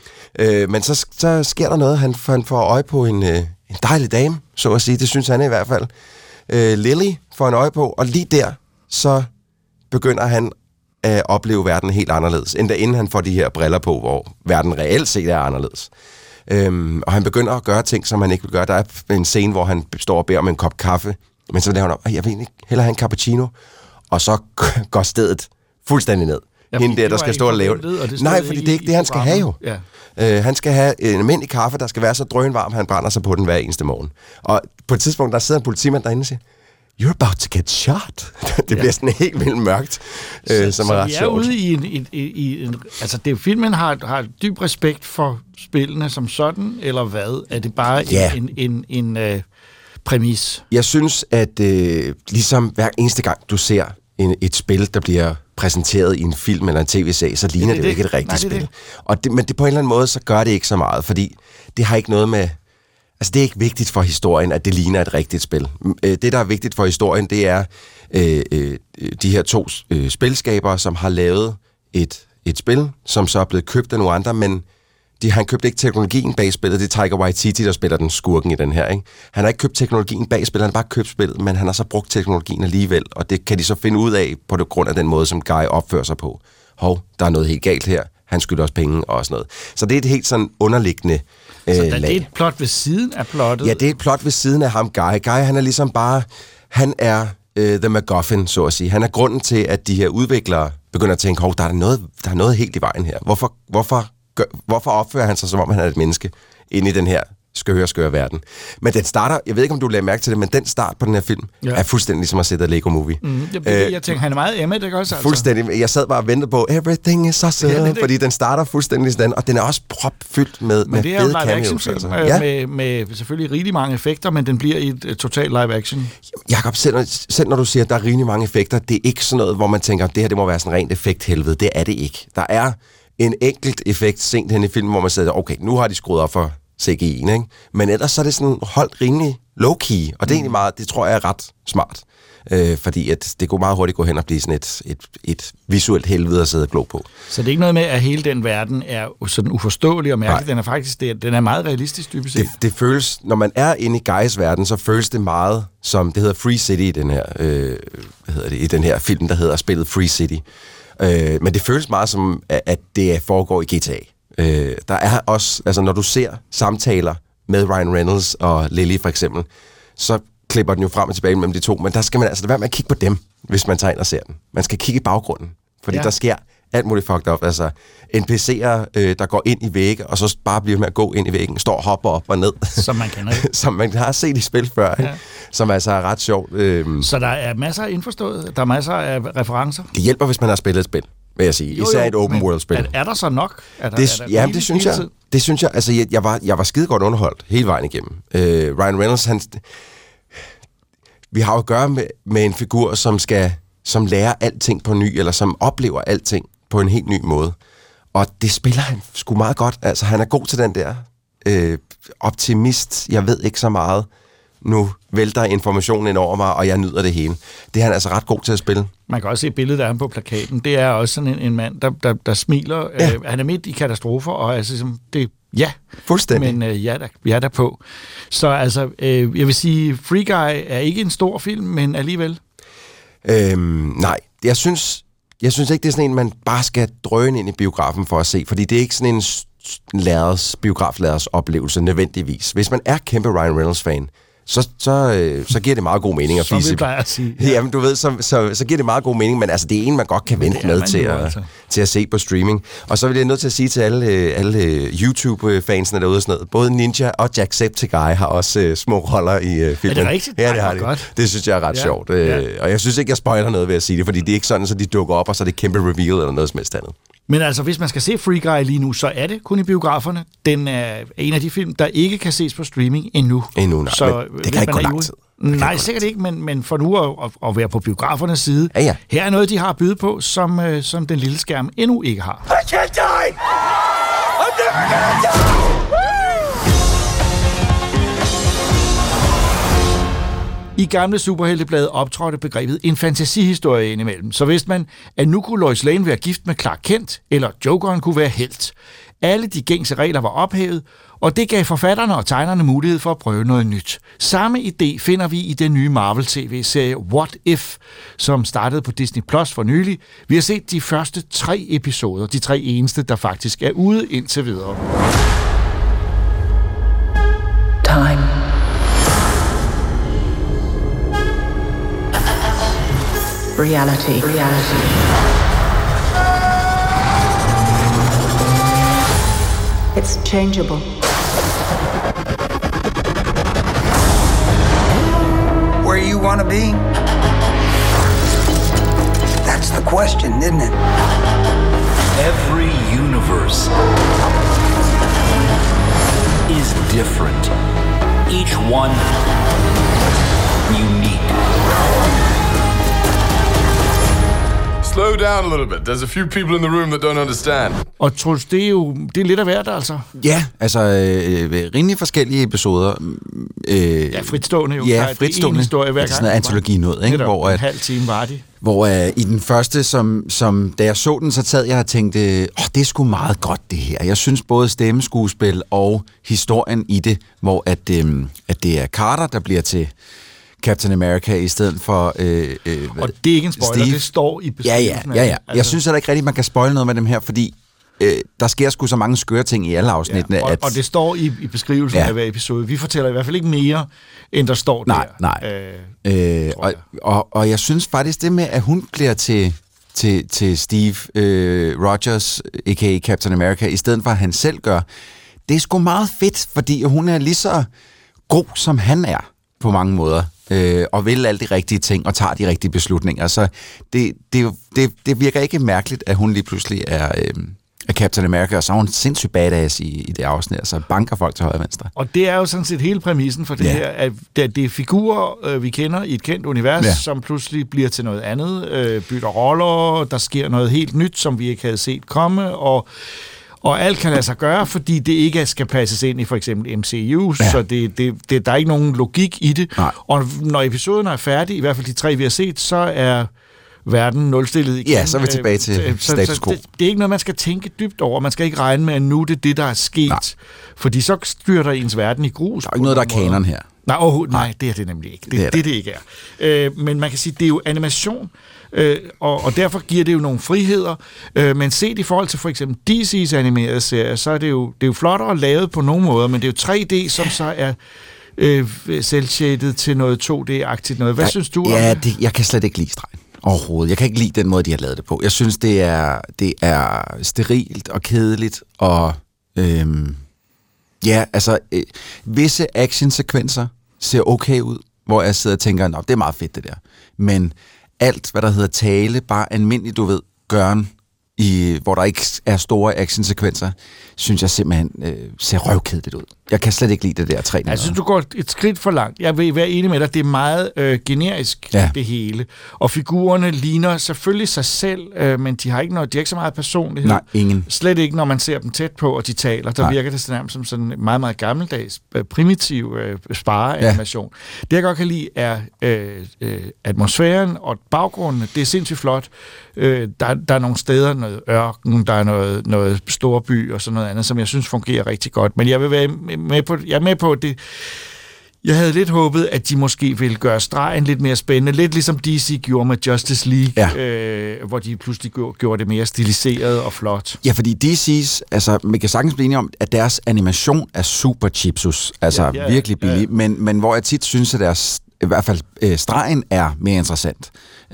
Øh, men så, så sker der noget. Han, han får øje på en, øh, en dejlig dame, så at sige. Det synes han i hvert fald. Øh, Lily får en øje på, og lige der, så begynder han at opleve verden helt anderledes, end da inden han får de her briller på, hvor verden reelt set er anderledes. Øhm, og han begynder at gøre ting, som han ikke vil gøre. Der er en scene, hvor han står og beder om en kop kaffe, men så laver han op, jeg vil ikke hellere have en cappuccino, og så går stedet fuldstændig ned. Ja, hende der, der skal stå og lave det. Nej, fordi det er ikke det, han skal have jo. Ja. Øh, han skal have en almindelig kaffe, der skal være så drønvarm, han brænder sig på den hver eneste morgen. Og på et tidspunkt, der sidder en politimand derinde og siger, you're about to get shot. det bliver ja. sådan helt vildt mørkt, så, øh, som så er ret vi er sjovt. ude i en... i, i, i en altså, det, filmen har, har dyb respekt for spillene som sådan, eller hvad? Er det bare ja. en, en, en, en uh, præmis? Jeg synes, at øh, ligesom hver eneste gang, du ser en, et spil, der bliver præsenteret i en film eller en tv-serie, så ligner det, det, det jo ikke et rigtigt Nej, det spil. Det. Og det, men det på en eller anden måde, så gør det ikke så meget, fordi det har ikke noget med... Altså, det er ikke vigtigt for historien, at det ligner et rigtigt spil. Det, der er vigtigt for historien, det er øh, øh, de her to øh, spilskabere, som har lavet et, et spil, som så er blevet købt af nogle andre, men de, han købte ikke teknologien bag spillet. Det er Taika Waititi, der spiller den skurken i den her, ikke? Han har ikke købt teknologien bag spillet, han har bare købt spillet, men han har så brugt teknologien alligevel, og det kan de så finde ud af på det grund af den måde, som Guy opfører sig på. Hov, der er noget helt galt her. Han skylder også penge og sådan noget. Så det er et helt sådan underliggende øh, Så det er et plot ved siden af plottet? Ja, det er et plot ved siden af ham, Guy. Guy, han er ligesom bare... Han er øh, the MacGuffin, så at sige. Han er grunden til, at de her udviklere begynder at tænke, hov, der er noget, der er noget helt i vejen her. Hvorfor, hvorfor, gør, hvorfor opfører han sig, som om han er et menneske inde i den her skøre, skøre verden. Men den starter, jeg ved ikke, om du lagde mærke til det, men den start på den her film ja. er fuldstændig ligesom at sætte et Lego-movie. Mm, jeg, øh, jeg tænker, han er meget Emmet, ikke også? Altså? Fuldstændig. Jeg sad bare og ventede på, everything is awesome, ja, fordi den starter fuldstændig sådan, og den er også propfyldt med, med fede cameos. Men det er jo en live-action-film, altså. ja. med, med selvfølgelig rigtig mange effekter, men den bliver i et, et totalt live-action. Jakob, selv, selv når du siger, at der er rigtig mange effekter, det er ikke sådan noget, hvor man tænker, det her det må være sådan rent effekthelvede. Det er det ikke. Der er en enkelt effekt sent hen i filmen, hvor man siger, okay, nu har de skruet op for C G I'en, ikke? Men ellers så er det sådan holdt rimelig low-key, og det er egentlig meget, det tror jeg er ret smart. Øh, fordi at det kunne meget hurtigt gå hen og blive sådan et, et, et visuelt helvede at sidde og glo på. Så det er ikke noget med, at hele den verden er sådan uforståelig og mærkelig. Den er faktisk det, den er meget realistisk, dybest set. Det, det føles, når man er inde i Guys verden, så føles det meget som, det hedder Free City i den her, øh, hvad hedder det, i den her film, der hedder spillet Free City. Øh, men det føles meget som, at det foregår i G T A. Øh, der er også, altså når du ser samtaler med Ryan Reynolds og Lily for eksempel, så klipper den jo frem og tilbage mellem de to, men der skal man altså lade være med at kigge på dem, hvis man tager ind og ser den. Man skal kigge i baggrunden, fordi ja. der sker alt muligt fucked up. Altså N P C'er, øh, der går ind i vægge, og så bare bliver med at gå ind i væggen, står og hopper op og ned. Som man kender det. Som man har set i spil før, ja. Som altså er ret sjovt. Øh. Så der er masser af indforstået, der er masser af referencer? Det hjælper, hvis man har spillet et spil, vil jeg sige. Jo, Især jo, et open world-spil. Er, er der så nok? Er der, det, er der ja, det synes jeg. Det synes jeg. Altså, jeg, jeg, var, jeg var skide godt underholdt hele vejen igennem. Øh, Ryan Reynolds, han... Vi har jo at gøre med, med en figur, som skal, som lærer alting på ny, eller som oplever alting på en helt ny måde. Og det spiller han sgu meget godt. Altså, han er god til den der øh, optimist. Jeg ved ikke så meget. Nu vælter informationen ind over mig, og jeg nyder det hele. Det er han altså ret god til at spille. Man kan også se billedet af ham på plakaten. Det er også sådan en, en mand, der, der, der smiler. Ja. Øh, han er midt i katastrofer, og altså, som det ja, fuldstændig. Men øh, ja, der, ja, der på. Så altså, øh, jeg vil sige, Free Guy er ikke en stor film, men alligevel. Øhm, nej, jeg synes, jeg synes ikke, det er sådan en, man bare skal drøne ind i biografen for at se, fordi det er ikke sådan en lærers, biograflærers oplevelse nødvendigvis. Hvis man er kæmpe Ryan Reynolds-fan, så, så, øh, så giver det meget god mening at fise. Som vi plejer at sige. Ja. Jamen, du ved, så, så, så giver det meget god mening, men altså, det er en, man godt kan vente med til at, altså. til at se på streaming. Og så vil jeg nødt til at sige til alle, alle YouTube-fansene derude og sådan noget, både Ninja og Jacksepticeye har også øh, små roller i øh, filmen. Er det rigtigt? Ja, det har de. Det synes jeg er ret ja. sjovt. Øh, ja. Og jeg synes ikke, jeg spoiler noget ved at sige det, fordi det er ikke sådan, så de dukker op, og så er det kæmpe reveal eller noget som helst andet. Men altså, hvis man skal se Free Guy lige nu, så er det kun i biograferne. Den er en af de film, der ikke kan ses på streaming endnu. Endnu, nej. Så, men det kan ikke gå lang tid. Nej, sikkert ikke, men, men for nu at, at være på biografernes side, ja, ja. her er noget, de har at byde på, som, øh, som den lille skærm endnu ikke har. I can't die! I'm never gonna die! I gamle superhelteblade optrådte begrebet en fantasihistorie indimellem. Så vidste man, at nu kunne Lois Lane være gift med Clark Kent, eller Jokeren kunne være helt. Alle de gængse regler var ophævet, og det gav forfatterne og tegnerne mulighed for at prøve noget nyt. Samme idé finder vi i den nye Marvel-T V-serie What If, som startede på Disney Plus for nylig. Vi har set de første tre episoder, de tre eneste, der faktisk er ude indtil videre. Time. Reality. Reality. It's changeable. Where you want to be? That's the question, isn't it? Every universe is different. Each one unique. Slow down a little bit. There's a few people in the room that don't understand. Og Troels, det er jo det er lidt af hvert, altså. Ja, altså øh, rimelig forskellige episoder. Øh, ja, fritstående jo. Ja, fritstående. Det er en historie hver gang. Det er sådan en antologi noget, ikke? Hvor at, en halv time var de. Hvor øh, i den første, som, som da jeg så den, så sad jeg og tænkte, åh, det er sgu meget godt det her. Jeg synes både stemmeskuespil og historien i det, hvor at, øh, at det er Carter, der bliver til Captain America i stedet for øh, øh, og det er ikke en spoiler, Steve. Det står i beskrivelsen. Ja, ja, ja, ja. Jeg altså. synes heller ikke rigtigt, man kan spoile noget med dem her, fordi øh, der sker sgu så mange skøre ting i alle afsnittene. Ja, og, at, og det står i, i beskrivelsen ja. af hver episode. Vi fortæller i hvert fald ikke mere, end der står nej, der. Nej, øh, øh, og, og, og jeg synes faktisk det med, at hun bliver til, til, til Steve øh, Rogers, a k a. Captain America, i stedet for at han selv gør, det er sgu meget fedt, fordi hun er lige så god, som han er på mange måder, øh, og vil alle de rigtige ting, og tager de rigtige beslutninger. Så det, det, det, det virker ikke mærkeligt, at hun lige pludselig er, øh, er Captain America, og så er hun sindssygt badass i, i det afsnit, så banker folk til højre og venstre. Og det er jo sådan set hele præmissen for det ja. her, at det er figurer, øh, vi kender i et kendt univers, ja. som pludselig bliver til noget andet, øh, bytter roller, der sker noget helt nyt, som vi ikke havde set komme, og Og alt kan lade sig gøre, fordi det ikke skal passes ind i for eksempel M C U, ja. så det, det, det, der er ikke nogen logik i det. Nej. Og når episoden er færdig, i hvert fald de tre, vi har set, så er verden nulstillet igen. Ja, så er vi tilbage til så, status quo. Det, det er ikke noget, man skal tænke dybt over. Man skal ikke regne med, at nu det er det, der er sket. Nej. Fordi så styrter ens verden i grus. Der er ikke noget, der er kanon her. Nej, oh, nej, det er det nemlig ikke. Det det, er det, det ikke er. Øh, men man kan sige, det er jo animation, øh, og, og derfor giver det jo nogle friheder. Øh, men set i forhold til for eksempel D C's animerede serier, så er det jo, det er jo flottere lavet på nogle måder, men det er jo tre D, som så er øh, cel-shaded til noget to D-agtigt noget. Hvad ja, synes du om ja, det? det? Jeg kan slet ikke lide stregen. Overhovedet. Jeg kan ikke lide den måde, de har lavet det på. Jeg synes, det er, det er sterilt og kedeligt, og øhm, ja, altså, øh, visse actionsekvenser ser okay ud, hvor jeg sidder og tænker, nå, det er meget fedt det der. Men alt, hvad der hedder tale, bare almindeligt, du ved, gøren, i, hvor der ikke er store actionsekvenser, synes jeg simpelthen øh, ser røvkedeligt ud. Jeg kan slet ikke lide det der træning. Jeg synes, du går et skridt for langt. Jeg vil være enig med dig, det er meget øh, generisk, ja. det hele. Og figurerne ligner selvfølgelig sig selv, øh, men de har ikke noget, de har ikke så meget personlighed. Nej, ingen. Slet ikke, når man ser dem tæt på, og de taler. Der Nej. virker det nærmest som sådan en meget, meget gammeldags, øh, primitiv øh, spareanimation. Ja. Det, jeg godt kan lide, er øh, øh, atmosfæren og baggrunden. Det er sindssygt flot. Øh, der, der er nogle steder, noget ørken, der er noget, noget storby og sådan noget andet, som jeg synes fungerer rigtig godt. Men jeg vil være med på, jeg er med på det. Jeg havde lidt håbet, at de måske ville gøre stregen lidt mere spændende, lidt ligesom D C gjorde med Justice League, ja. øh, hvor de pludselig gjorde det mere stiliseret og flot. Ja, fordi D C's, altså, man kan sagtens blive enige om, at deres animation er super chipsus, altså ja, ja, virkelig billig, ja. men, men hvor jeg tit synes, at deres, i hvert fald øh, stregen er mere interessant.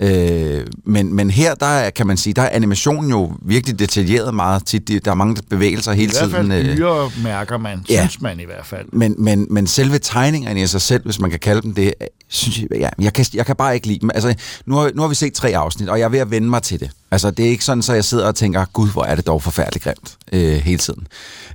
Øh, men, men her, der kan man sige, der er animationen jo virkelig detaljeret meget tit. Der er mange bevægelser hele tiden. I hvert fald dyre mærker man, ja. synes man i hvert fald. Men, men, men selve tegningerne i sig selv, hvis man kan kalde dem det, synes jeg, ja, jeg, kan, jeg kan bare ikke lide dem. Altså, nu har, nu har vi set tre afsnit, og jeg er ved at vende mig til det. Altså, det er ikke sådan, så jeg sidder og tænker, gud, hvor er det dog forfærdeligt grimt øh, hele tiden.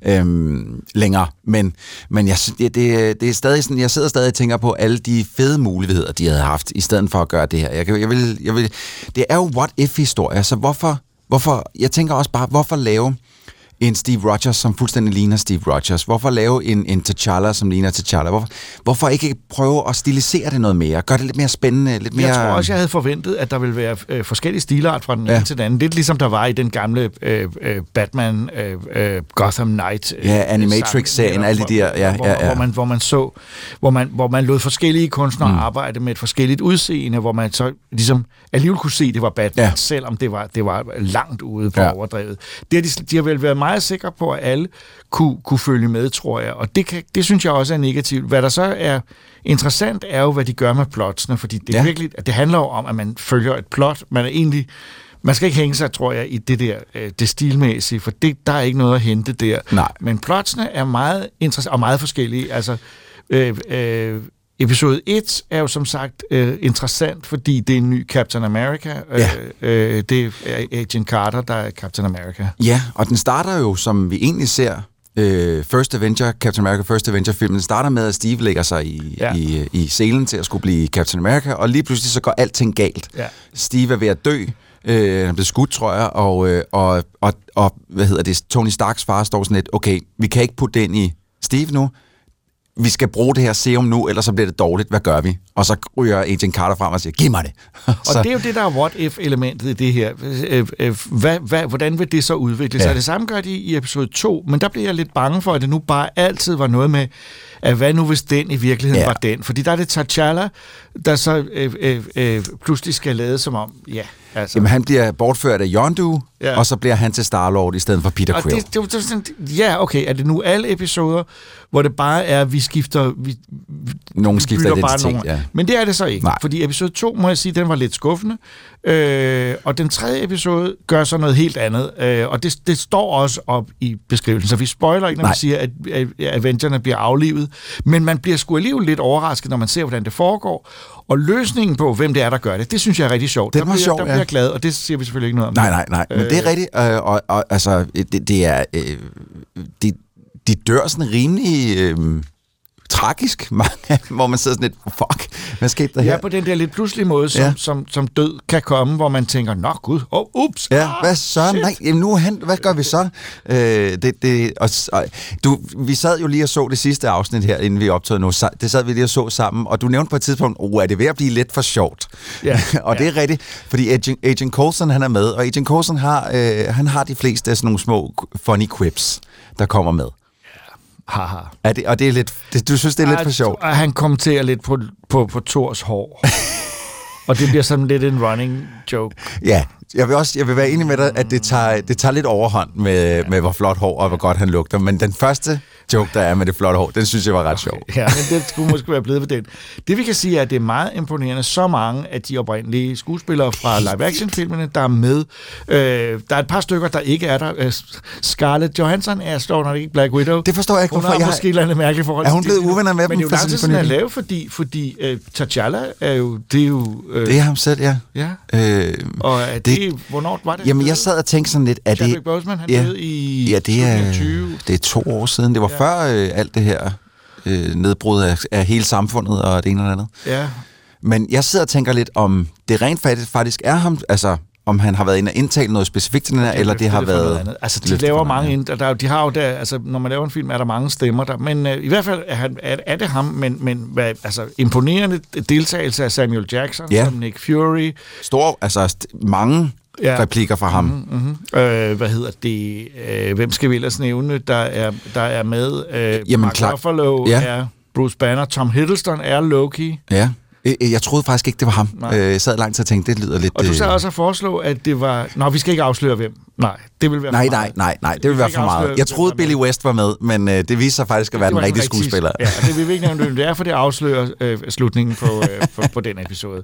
Øhm, længere. Men, men jeg, det, det, det er stadig sådan, jeg sidder stadig og tænker på alle de fede muligheder, de havde haft, i stedet for at gøre det her. Jeg, jeg vil, jeg vil, det er jo what-if-historie, så hvorfor, hvorfor, jeg tænker også bare, hvorfor lave en Steve Rogers, som fuldstændig ligner Steve Rogers? Hvorfor lave en, en T'Challa, som ligner T'Challa? Hvorfor, hvorfor ikke prøve at stilisere det noget mere? Gør det lidt mere spændende? Lidt mere... Jeg tror også, jeg havde forventet, at der ville være øh, forskellige stilart fra den ja. ene til den anden. Lidt ligesom der var i den gamle øh, øh, Batman øh, øh, Gotham Knight. Øh, ja, Animatrix-serien, alle de der. Ja, hvor, ja, ja. Hvor, man, hvor man så, hvor man, hvor man lod forskellige kunstnere mm. arbejde med et forskelligt udseende, hvor man så ligesom alligevel kunne se, at det var Batman, ja. selvom det var, det var langt ude på ja. overdrevet. Det har de, de har vel været meget sikre på, at alle kunne, kunne følge med, tror jeg. Og det, kan, det synes jeg også er negativt. Hvad der så er interessant, er jo, hvad de gør med plotsene, fordi det, ja. virkelig, det handler jo om, at man følger et plot. Man er egentlig... Man skal ikke hænge sig, tror jeg, i det der, det stilmæssige, for det, der er ikke noget at hente der. Nej. Men plotsene er meget interessante og meget forskellige. Altså, øh, øh, episode et er jo som sagt øh, interessant, fordi det er en ny Captain America. Ja. Øh, det er Agent Carter, der er Captain America. Ja, og den starter jo, som vi egentlig ser, øh, First Avenger, Captain America First Avenger-filmen, den starter med, at Steve lægger sig i, ja. i, i selen til at skulle blive Captain America, og lige pludselig så går alting galt. Ja. Steve er ved at dø. Øh, han blev skudt, tror jeg, og, øh, og, og, og hvad hedder det, Tony Starks far står sådan lidt, okay, vi kan ikke putte den i Steve nu, vi skal bruge det her serum nu, ellers så bliver det dårligt, hvad gør vi? Og så ryger Agent Carter frem og siger, giv mig det. Og det er jo det, der er what-if-elementet i det her. Hvad, hvad, hvordan vil det så udvikle sig? Ja. Det samme gør de i episode to, men der bliver jeg lidt bange for, at det nu bare altid var noget med, at hvad nu hvis den i virkeligheden ja. var den? Fordi der er det T'Challa, der så øh, øh, øh, pludselig skal lade som om, ja... Altså. Jamen, han bliver bortført af Yondu, ja. og så bliver han til Star-Lord i stedet for Peter og Quill. Det, det, det, det, ja, okay. Er det nu alle episoder, hvor det bare er, vi skifter... Vi, nogen skifter identitet. Ja. Men det er det så ikke, Nej. fordi episode to, må jeg sige, den var lidt skuffende. Øh, og den tredje episode gør så noget helt andet. Øh, og det, det står også op i beskrivelsen, så vi spoiler ikke, når Nej. vi siger, at, at Avengerne bliver aflivet. Men man bliver sgu alligevel lidt overrasket, når man ser, hvordan det foregår. Og løsningen på, hvem det er, der gør det, det synes jeg er rigtig sjovt. Det der var bliver, sjovt, der ja. bliver jeg glad, og det siger vi selvfølgelig ikke noget om. Nej, nej, nej. Men øh, det er rigtigt. Øh, og, og altså, det, det er... Øh, de, de dør sådan rimelig... Øh, tragisk, hvor man sidder sådan lidt, fuck, hvad skete der her? Ja, på den der lidt pludselige måde, som, ja. som, som død kan komme, hvor man tænker, nå gud, åh, oh, ups, ja, ah, hvad så? Nej, jamen, nu hen, hvad gør vi så? Øh, det, det, og, og, du, vi sad jo lige og så det sidste afsnit her, inden vi optog nu. Det sad vi lige og så sammen, og du nævnte på et tidspunkt, oh, er det ved at blive lidt for sjovt? Ja. og det er rigtigt, fordi Agent, Agent Coulson, han er med, og Agent Coulson har, øh, han har de fleste af sådan nogle små funny quips, der kommer med. Haha. Er det, og det er lidt, det, du synes, det er lidt for sjovt? Og han kommenterer lidt på, på, på Thors hår. Og det bliver sådan lidt en running joke. Ja, jeg vil også jeg vil være enig med dig, at det tager, det tager lidt overhånd med, ja. med, hvor flot hår og hvor godt han lugter. Men den første joke, der er med det flotte hår, den synes jeg var ret sjov. Ja, men det skulle måske være blevet ved den. Det vi kan sige er, at det er meget imponerende, så mange af de oprindelige skuespillere fra live-action-filmene, der er med. Øh, der er et par stykker, der ikke er der. Scarlett Johansson er står nok ikke Black Widow. Det forstår jeg ikke, hun hvorfor har jeg... måske et eller andet mærkeligt forhold. Er hun blevet uvenner med men dem? Men det er jo lang tid siden at lave, fordi, fordi uh, T'Challa er jo... Det er jo... Uh, det er ham selv, ja. Ja. Øh, og er det, det... Hvornår var det? Jamen, jeg sad og tænkte sådan lidt... Er Chadwick det, Boseman, han ja, døde i ja, det er, det er to år siden. Det var ja. før øh, alt det her øh, nedbrud af, af hele samfundet og det ene eller andet. Ja. Men jeg sidder og tænker lidt, om det rent faktisk er ham... Altså, om han har været inde og indtale noget specifikt til den her, eller det har været... Altså, de laver mange... Ind, der, de har jo der, altså, når man laver en film, er der mange stemmer der. Men øh, i hvert fald er, han, er, er det ham, men, men hvad, altså, imponerende deltagelse af Samuel Jackson, ja. som Nick Fury. Stor, altså st- mange ja. replikker fra ham. Mm-hmm, mm-hmm. Øh, hvad hedder det? Øh, hvem skal vi ellers nævne, der er, der er med? Øh, Jamen, Mark klar. Ruffalo ja. er Bruce Banner. Tom Hiddleston er Loki. Ja. Jeg troede faktisk ikke, det var ham. Nej. Jeg sad langt til at tænke, det lyder lidt... Og du sad også at foreslå, at det var... Nå, vi skal ikke afsløre hvem. Nej, det vil være nej, for meget. Nej, nej, nej, det vil være for meget. Jeg troede, Billy West var med, men øh, det viste sig faktisk at være den rigtige skuespiller. Ja, og det vil vi ikke nævne, det er, for det afslører øh, slutningen på, øh, på, på den episode.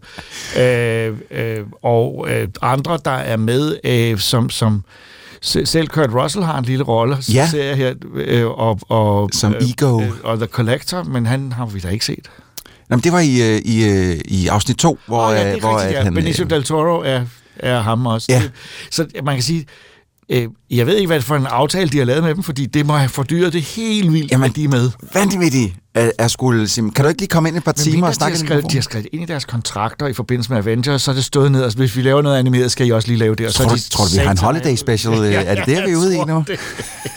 Øh, øh, og øh, andre, der er med, øh, som... som selv Kurt Russell har en lille rolle, ja. ser jeg her, øh, og, og, som øh, Ego. Øh, og The Collector, men han har vi da ikke set. Jamen, det var i, i, i afsnit to, hvor, oh, ja, det hvor rigtigt, ja. han... Benicio del Toro er, er ham også. Ja. Det, så man kan sige, øh, jeg ved ikke, hvad for en aftale, de har lavet med dem, fordi det må have fordyret det helt vildt, Jamen, at de er med. Vanvittigt er, er skulle sige, kan du ikke lige komme ind et par Men timer og snakke? De har, skrevet, de har skrevet ind i deres kontrakter i forbindelse med Avengers, så er det stået ned, altså hvis vi laver noget animeret, skal I også lige lave det. Og tror, så du, tror du, vi har en holiday special? ja, ja, er det det, vi er ude i nu? Det.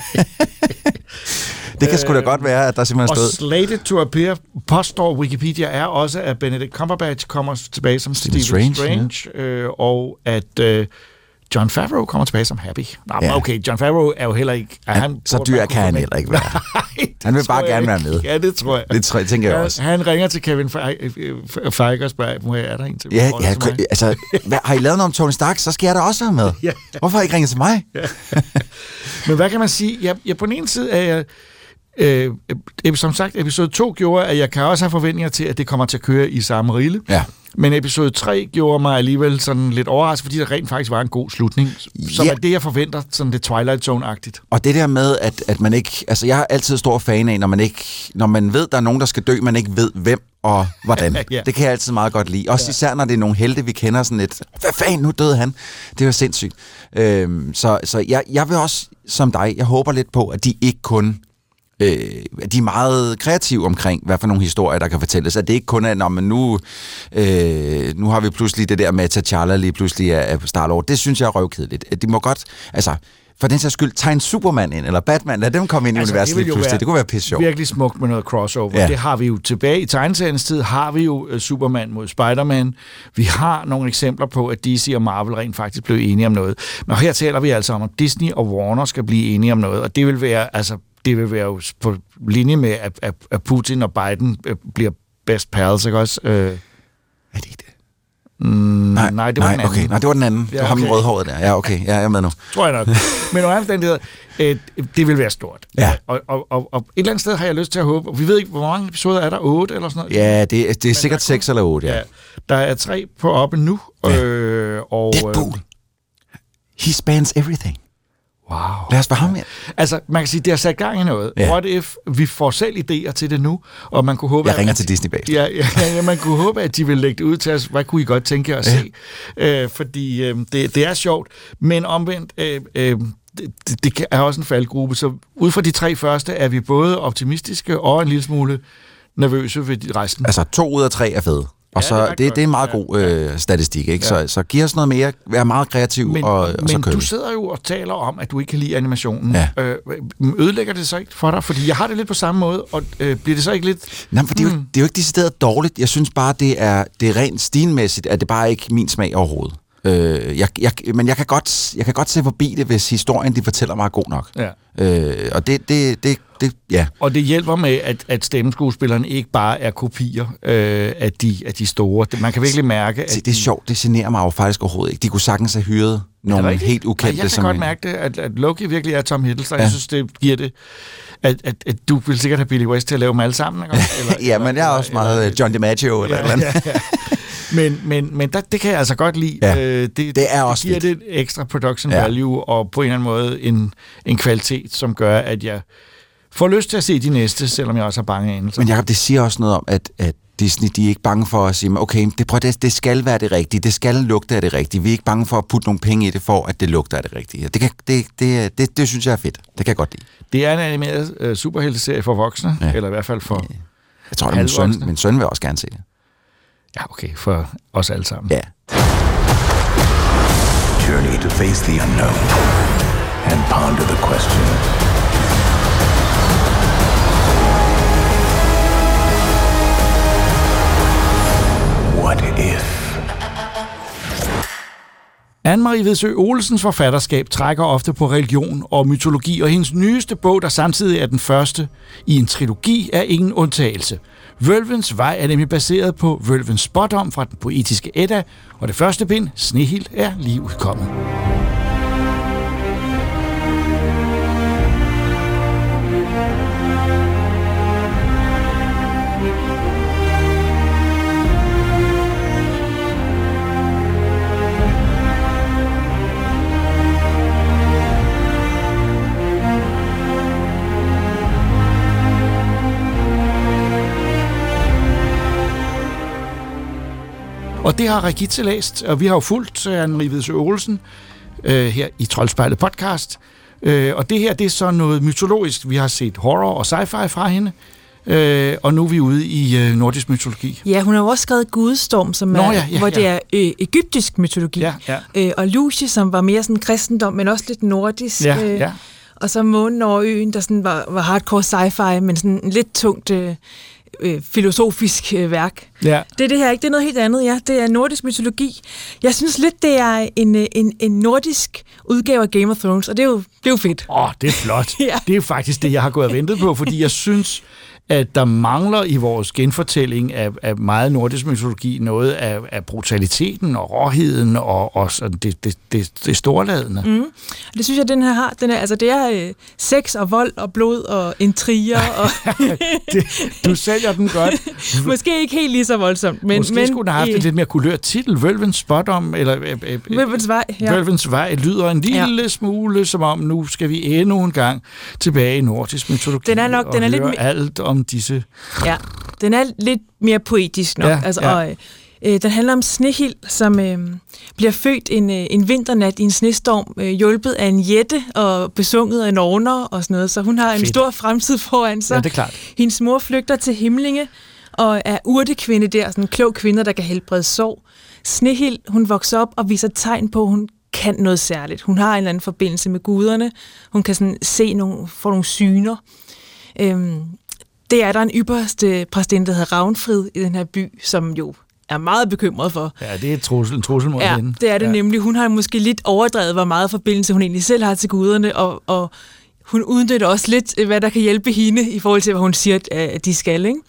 Det kan sgu da godt være, at der simpelthen stod... Og Slated to Appear, påstår Wikipedia, er også, at Benedict Cumberbatch kommer tilbage som Stephen Strange, Strange ja. øh, og at øh, Jon Favreau kommer tilbage som Happy. Nå, ja. okay, Jon Favreau er jo heller ikke... Er han, han, så dyr kan han heller ikke være. Nej, han vil bare gerne være med. Ja, det tror jeg. Det tror jeg, tænker jeg også. Han ringer til Kevin Feige og spørger, hvor er der en til? Ja, ja til altså, hvad, har I lavet noget om Tony Stark, så skal jeg da også være med. ja. Hvorfor har I ikke ringet til mig? Ja. Men hvad kan man sige? Ja, ja, på den ene side er jeg... Øh, som sagt, episode to gjorde, at jeg kan også have forventninger til, at det kommer til at køre i samme rille. Ja. Men episode tre gjorde mig alligevel sådan lidt overrasket, fordi der rent faktisk var en god slutning, som ja. er det, jeg forventer, sådan det Twilight Zone-agtigt. Og det der med, at, at man ikke... Altså, jeg er altid stor fan af, når man ikke... Når man ved, der er nogen, der skal dø, man ikke ved, hvem og hvordan. ja. Det kan jeg altid meget godt lide. Også ja. især, når det er nogle helte, vi kender sådan lidt... Hvad fanden, nu døde han. Det er jo sindssygt. Øhm, så så jeg, jeg vil også, som dig, jeg håber lidt på, at de ikke kun... Øh, de er meget kreative omkring, hvad for nogle historier, der kan fortælles. At det ikke kun er, når man nu, øh, nu har vi pludselig det der med, at T'Challa lige pludselig er på Star-Lord. Det synes jeg er røvkedeligt. De må godt, altså, for den sags skyld, tage en Superman ind, eller Batman, lad dem komme ind i altså, universet lige pludselig. Det kunne være pisse sjovt. Virkelig smukt med noget crossover. Ja. Det har vi jo tilbage i tegneseriens tid, har vi jo uh, Superman mod Spider-Man. Vi har nogle eksempler på, at D C og Marvel rent faktisk blev enige om noget. Men her taler vi altså om, at Disney og Warner skal blive enige om noget, og det vil være, altså, det vil være jo på linje med, at, at, at Putin og Biden bliver best pals, ikke også? Øh, er det ikke det? Mm, nej, nej, det var nej, den anden. Okay. Nej, det var den anden. Ja, okay. Det var ham med rødhåret der. Ja, okay. Ja, jeg er med nu. Tror jeg nok. Men under omstændigheder, øh, det vil være stort. Ja. Og, og, og, og et eller andet sted har jeg lyst til at håbe, vi ved ikke, hvor mange episoder er der? otte eller sådan noget? Ja, det, er, det er sikkert seks eller otte, ja. ja. Der er tre på oppe nu. Ja. Øh, og, Deadpool. He spans everything. Wow. Lad os være ham med. Altså, man kan sige, det har sat gang i noget. Ja. What if vi får selv idéer til det nu, og man kunne håbe... Jeg ringer at, til Disney bag. Ja, ja, ja, man kunne håbe, at de vil lægge det ud til os. Hvad kunne I godt tænke jer at se? Ja. Øh, fordi øh, det, det er sjovt, men omvendt... Øh, øh, det, det er også en faldgruppe, så ud fra de tre første er vi både optimistiske og en lille smule nervøse ved resten. Altså, to ud af tre er fede. Og ja, så det, det, det er en meget god øh, statistik, ikke? Ja. Så, så giv os noget mere, vær meget kreativ, men, og, og men så kører du vi. sidder jo og taler om, at du ikke kan lide animationen. Ja. Øh, ødelægger det så ikke for dig? Fordi jeg har det lidt på samme måde, og øh, bliver det så ikke lidt... Nej, for det, er jo, det er jo ikke decideret dårligt. Jeg synes bare, det er, det er rent stilmæssigt, at det bare er ikke min smag overhovedet. Øh, jeg, jeg, men jeg kan, godt, jeg kan godt se forbi det, hvis historien, de fortæller mig, er god nok. Ja. Øh, og det, det, det, det, ja. Og det hjælper med, at, at stemmeskuespillerne ikke bare er kopier øh, af, de, af de store. Man kan virkelig mærke, at... Det, det er sjovt, det generer mig jo faktisk overhovedet ikke. De kunne sagtens have hyret nogle helt ukendte... Ja, jeg kan som godt en... mærke det, at, at Loki virkelig er Tom Hiddleston. Ja. Ja. Jeg synes, det giver det... At, at, at du vil sikkert have Billy West til at lave dem alle sammen, ikke? Eller, ja, men jeg er også eller, meget eller, John DiMaggio eller ja, eller ja, ja. Men, men, men der, det kan jeg altså godt lide. Ja, øh, det, det er også det giver fedt. det et ekstra production Ja. value, og på en eller anden måde en, en kvalitet, som gør, at jeg får lyst til at se de næste, selvom jeg også har bange anelser. Men Jacob, det siger også noget om, at, at Disney, de er ikke bange for at sige, okay, det, prøv, det, det skal være det rigtige, det skal lugte af det rigtige. Vi er ikke bange for at putte nogle penge i det, for at det lugter af det rigtige. Det, kan, det, det, det, det synes jeg er fedt. Det kan jeg godt lide. Det er en animeret uh, superhelteserie for voksne, ja. Eller i hvert fald for Jeg tror, at min søn, min søn vil også gerne se det. Ja, okay, for os alle sammen. Ja. Journey to face the unknown and ponder the question. What if? Anne-Marie Vedsø Olsens forfatterskab trækker ofte på religion og mytologi, og hendes nyeste bog, der samtidig er den første i en trilogi, er ingen undtagelse. Vølvens Vej er nemlig baseret på Vølvens Spådom fra den poetiske Edda, og det første bind, Snehild, er lige udkommet. Og det har Regitze læst, og vi har jo fulgt Anne-Marie Vedsø Olsen øh, her i Troldspejlet podcast. Øh, og det her, det er så noget mytologisk. Vi har set horror og sci-fi fra hende, øh, og nu er vi ude i øh, nordisk mytologi. Ja, hun har jo også skrevet Gudestorm, som Nå, er, ja, ja, hvor ja. det er øh, egyptisk mytologi. Ja, ja. Øh, og Lucy, som var mere sådan kristendom, men også lidt nordisk. Ja, øh, ja. Og så Månen over øen, der sådan var, var hardcore sci-fi, men sådan en lidt tungt øh, øh, filosofisk øh, værk. Ja. Det er det her ikke, det er noget helt andet, ja. Det er nordisk mytologi. Jeg synes lidt, det er en, en, en nordisk udgave af Game of Thrones, og det er jo, det er jo fedt. Åh, oh, det er flot. Ja. Det er faktisk det, jeg har gået og ventet på, fordi jeg synes, at der mangler i vores genfortælling af, af meget nordisk mytologi noget af, af brutaliteten og råheden og, og sådan det, det, det, det storladende. Mm. Det synes jeg, den her har. Den er, altså, det er øh, sex og vold og blod og intriger. Og det, du sælger den godt. Måske ikke helt lige så voldsomt. Men, Måske men, skulle den have haft en lidt mere kulørt titel. Vølvens Spådom, eller øh, øh, Vølvens Vej. Ja. Vølvens Vej lyder en lille Ja. smule, som om nu skal vi endnu en gang tilbage i nordisk mytologi. Den er nok- og den er høre lidt me- alt om disse... Ja, den er lidt mere poetisk nok. Ja, altså, ja. Og, øh, den handler om Snehild, som øh, bliver født en, øh, en vinternat i en snestorm, øh, hjulpet af en jætte og besunget af norner og sådan noget. Så hun har en Fedt. stor fremtid foran sig. Ja, det er klart. Hendes mor flygter til Himlinge og er urtekvinde der, sådan en klog kvinde, der kan helbrede sorg. Snehild, hun vokser op og viser tegn på, at hun kan noget særligt. Hun har en eller anden forbindelse med guderne. Hun kan sådan se nogle, få nogle syner. Øhm, det er der en ypperste præstinde, der hedder Ravnfrid i den her by, som jo er meget bekymret for. Ja, det er et trussel, en trussel mod Ja, hende. det er det ja. nemlig. Hun har måske lidt overdrevet, hvor meget forbindelse hun egentlig selv har til guderne, og, og hun udnytter også lidt, hvad der kan hjælpe hende i forhold til, hvad hun siger, at de skal. Ikke?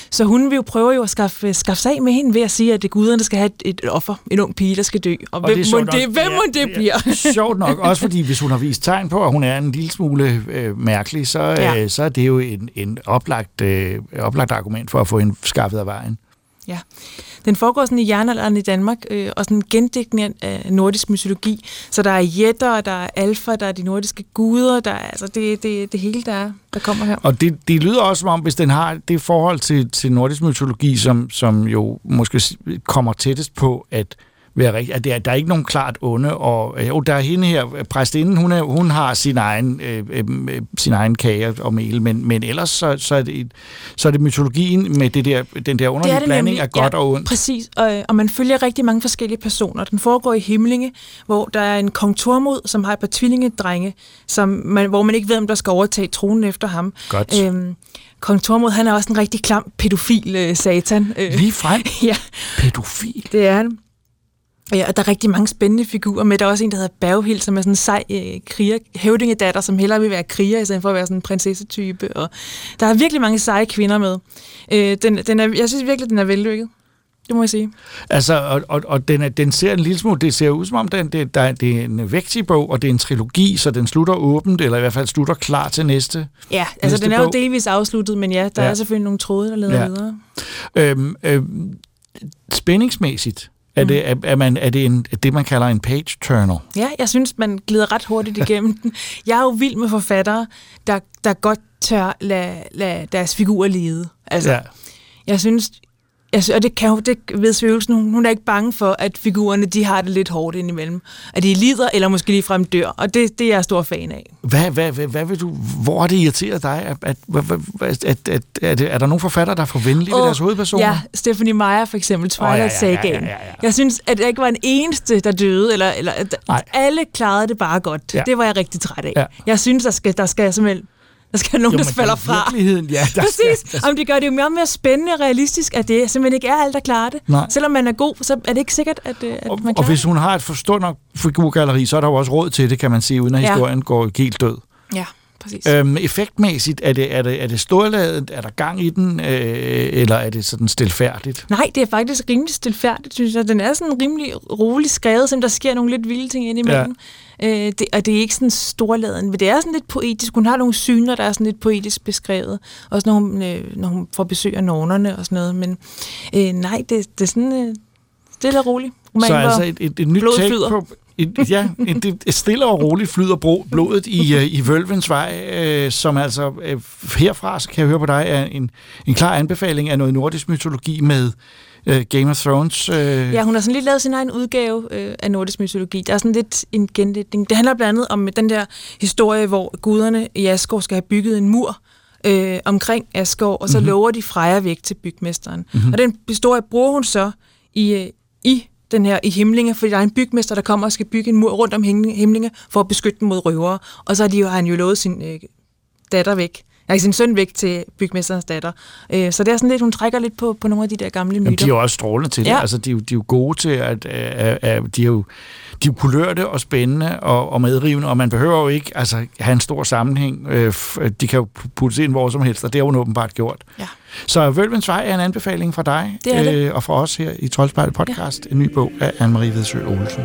Så hun vil jo prøve jo at skaffe, skaffe sig af med hende ved at sige, at det guderne skal have et, et offer, en ung pige, der skal dø. Og, og hvem, det må det, hvem ja, må det bliver? Ja, sjovt nok, også fordi hvis hun har vist tegn på, at hun er en lille smule øh, mærkelig, så, ja. øh, så er det jo en, en oplagt, øh, oplagt argument for at få hende skaffet af vejen. Ja, den foregår sådan i jernalderen i Danmark, øh, og sådan en gendækning af nordisk mytologi. Så der er jætter, der er alfa, der er de nordiske guder, der er altså det, det, det hele, der, der kommer her. Og det, det lyder også som om, hvis den har det forhold til, til nordisk mytologi, som, som jo måske kommer tættest på at være rigtigt, at der, der er ikke nogen klart onde, og jo, der er hende her, præstinden, hun, er, hun har sin egen, øh, øh, sin egen kage og mel, men, men ellers så, så, er det, så er det mytologien med det der, den der underlige blanding nemlig, af godt ja, og ondt. Præcis, og, og man følger rigtig mange forskellige personer. Den foregår i Himlinge, hvor der er en kong Tormod, som har et par tvillingedrenge, som man, hvor man ikke ved, om der skal overtage tronen efter ham. Godt. Øhm, Kong Tormod, han er også en rigtig klam pædofil øh, satan. Lige frem? Ja. Pædofil? Det er han. Ja, og der er rigtig mange spændende figurer med. Der er også en, der hedder Berghild, som er sådan en sej øh, kriger, hævdingedatter, som hellere vil være kriger, i stedet for at være sådan en prinsessetype. Og der er virkelig mange seje kvinder med. Øh, den, den er, jeg synes virkelig, den er vellykket. Det må jeg sige. Altså, og, og, og den, er, den ser en lille smule, det ser ud som om, den, det, der, det er en vægtig bog, og det er en trilogi, så den slutter åbent, eller i hvert fald slutter klar til næste. Ja, altså næste den er bog. jo delvis afsluttet, men ja, der ja. er selvfølgelig nogle tråde, der leder ja. videre. Øhm, øhm, spændingsmæssigt, Er det, er, er, man, er det en, det, man kalder en page-turner? Ja, jeg synes, man glider ret hurtigt igennem den. Jeg er jo vild med forfattere, der, der godt tør lade, lade deres figurer lide. Altså, ja. Jeg synes, jeg synes, og det kan jo, det ved Svøvelsen, hun, hun er ikke bange for, at figurerne, de har det lidt hårdt indimellem. At de lider, eller måske ligefrem dør, og det, det er jeg stor fan af. Hvad, hvad, hvad, hvad vil du, hvor er det irriteret dig? At, at, at, at, at, at, er der nogle forfattere, der er for venlige oh, ved deres hovedpersoner? Ja, Stephenie Meyer for eksempel, Twilight-sagaen. Oh, ja, ja, ja, ja, ja, ja. Jeg synes, at det ikke var en eneste, der døde, eller, eller at alle klarede det bare godt. Ja. Det var jeg rigtig træt af. Ja. Jeg synes, der skal, der skal simpelthen Der skal nogen, jo, der falder fra. Ja, der præcis. Skal, der... Om det gør det jo mere og mere spændende og realistisk, at det simpelthen ikke er alt, der klarer det. Nej. Selvom man er god, så er det ikke sikkert, at, at og, man klarer Og hvis hun det. har et for stort nok figurgalleri, så er der jo også råd til det, kan man sige, uden at ja. historien går helt død. Ja, præcis. Øhm, effektmæssigt, er det, er det, er det storladet? Er der gang i den? Øh, eller er det sådan stilfærdigt? Nej, det er faktisk rimelig stilfærdigt, synes jeg. Den er sådan rimelig roligt skrevet, som der sker nogle lidt vilde ting indimellem. Ja. Øh, det, og det er ikke sådan storladen, men det er sådan lidt poetisk. Hun har nogle syner, der er sådan lidt poetisk beskrevet. Også når hun, øh, når hun får besøg af nonnerne og sådan noget. Men øh, nej, det, det er sådan øh, stille og roligt. Så altså et, et, et nyt take på... Et, ja, et, et stille og roligt flyder bro, blodet i, uh, i Vølvens Vej, øh, som altså øh, herfra, så kan jeg høre på dig, er en, en klar anbefaling af noget nordisk mytologi med øh, Game of Thrones. Øh. Ja, hun har sådan lidt lavet sin egen udgave øh, af nordisk mytologi. Der er sådan lidt en genlætning. Det handler blandt andet om den der historie, hvor guderne i Asgård skal have bygget en mur øh, omkring Asgård, og så mm-hmm. lover de Freja væk til bygmesteren. Mm-hmm. Og den historie bruger hun så i, øh, i den her i Himlinge, fordi der er en bygmester, der kommer og skal bygge en mur rundt om Himlinge for at beskytte dem mod røvere. Og så har, de jo, har han jo lovet sin øh, datter væk. Nej, sin søn væk til bygmesterens datter. Øh, så det er sådan lidt, hun trækker lidt på, på nogle af de der gamle myter. Jamen, de er jo også strålende til det. Ja. Altså, de, er jo, de er jo gode til at... at, at de er jo de er kulørte og spændende og, og medrivende, og man behøver jo ikke altså, have en stor sammenhæng. Øh, de kan jo puttes ind hvor som helst, og det har hun åbenbart gjort. Ja. Så Vølvens Vej er en anbefaling fra dig, det det. Øh, og fra os her i Troldspejlet Podcast, ja. En ny bog af Anne-Marie Vedsø Olsen.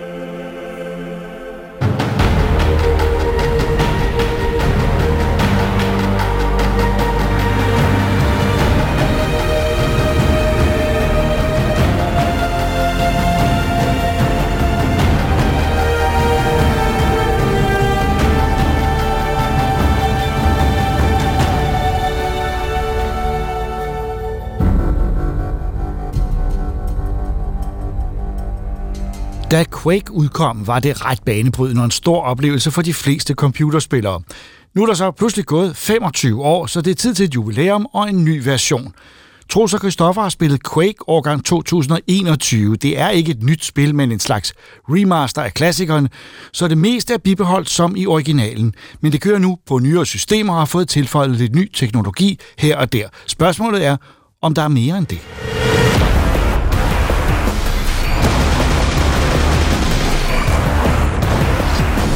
Da Quake udkom, var det ret banebrydende og en stor oplevelse for de fleste computerspillere. Nu er der så pludselig gået femogtyve år, så det er tid til et jubilæum og en ny version. Troels og Christoffer har spillet Quake årgang to tusind og enogtyve. Det er ikke et nyt spil, men en slags remaster af klassikeren, så det meste er bibeholdt som i originalen. Men det kører nu på nyere systemer og har fået tilføjet lidt ny teknologi her og der. Spørgsmålet er, om der er mere end det.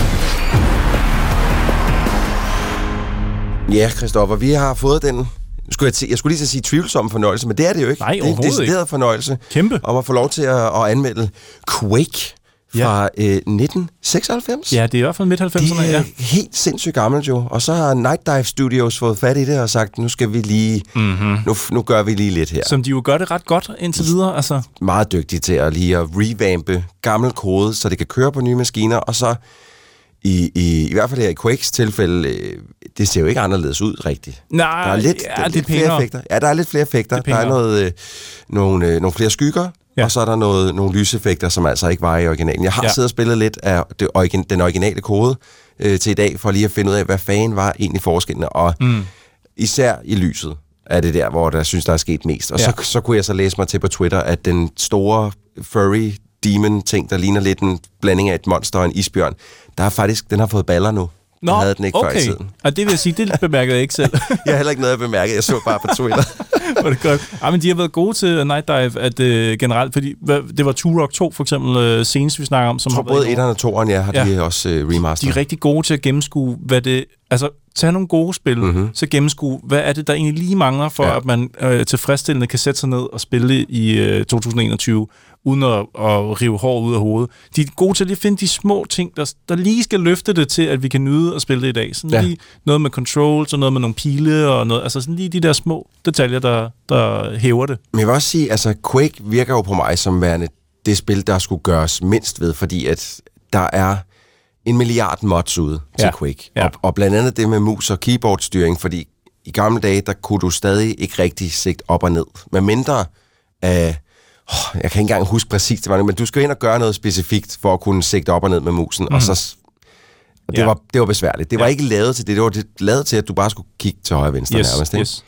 Ja, Christoffer, vi har fået den skulle jeg, t- jeg skulle lige til at sige tvivlsom fornøjelse, men det er det jo ikke. Nej, det er en decideret fornøjelse. Kæmpe. Om at få lov til at, at anmelde Quake fra ja. øh, nitten seksoghalvfems. Ja, det er i hvert fald midt halvfemserne, Det er ja. helt sindssygt gammelt jo. Og så har Night Dive Studios fået fat i det og sagt, nu skal vi lige, mm-hmm. nu, nu gør vi lige lidt her. Som de jo gør det ret godt indtil videre, altså. Meget dygtige til at lige at revampe gammel kode, så det kan køre på nye maskiner, og så i, i, i hvert fald her i Quakes tilfælde, øh, det ser jo ikke anderledes ud rigtigt. Nej, der er lidt, ja, der er det lidt er flere effekter. Ja, der er lidt flere effekter. Der er noget, øh, nogle, øh, nogle flere skygger, ja. Og så er der noget, nogle lyseffekter, som altså ikke var i originalen. Jeg har ja. siddet og spillet lidt af det origin, den originale kode øh, til i dag, for lige at finde ud af, hvad fanden var egentlig forskellene, og mm. især i lyset er det der, hvor der synes, der er sket mest. Og ja. så, så kunne jeg så læse mig til på Twitter, at den store furry demon-ting, der ligner lidt en blanding af et monster og en isbjørn, der er faktisk, den har fået baller nu. Nå, den havde den ikke okay. før i tiden. Og det vil jeg sige, det bemærkede jeg ikke selv. Jeg har heller ikke noget at bemærke, jeg så bare på Twitter. Var det godt. Ja, men de har været gode til Night Dive at, uh, generelt, fordi det var Turok to for eksempel uh, senest, vi snakker om. Som jeg tror har både etteren og toeren, ja, har ja. de også uh, remastered. De er rigtig gode til at gennemskue, hvad det... Altså, tage nogle gode spil, mm-hmm. så gennemskue, hvad er det, der egentlig lige mangler, for ja. at man øh, tilfredsstillende kan sætte sig ned og spille i øh, to tusind enogtyve, uden at, at rive hår ud af hovedet. De er gode til at finde de små ting, der, der lige skal løfte det til, at vi kan nyde at spille det i dag. Sådan ja. lige noget med controls, og noget med nogle pile, og noget, altså sådan lige de der små detaljer, der, der hæver det. Men jeg vil også sige, altså Quake virker jo på mig som værende det spil, der skulle gøres mindst ved, fordi at der er en milliard mods ude til ja. Quake. Ja. Og, og blandt andet det med mus- og keyboardstyring, fordi i gamle dage, der kunne du stadig ikke rigtig sigte op og ned. Med mindre af... Oh, jeg kan ikke engang huske præcis, det var, men du skal ind og gøre noget specifikt for at kunne sigte op og ned med musen, mm. og så... Og det, ja. var, det var besværligt. Det var ja. ikke lavet til det. Det var det, lavet til, at du bare skulle kigge til højre og venstre yes. nærmest. Ikke? Yes.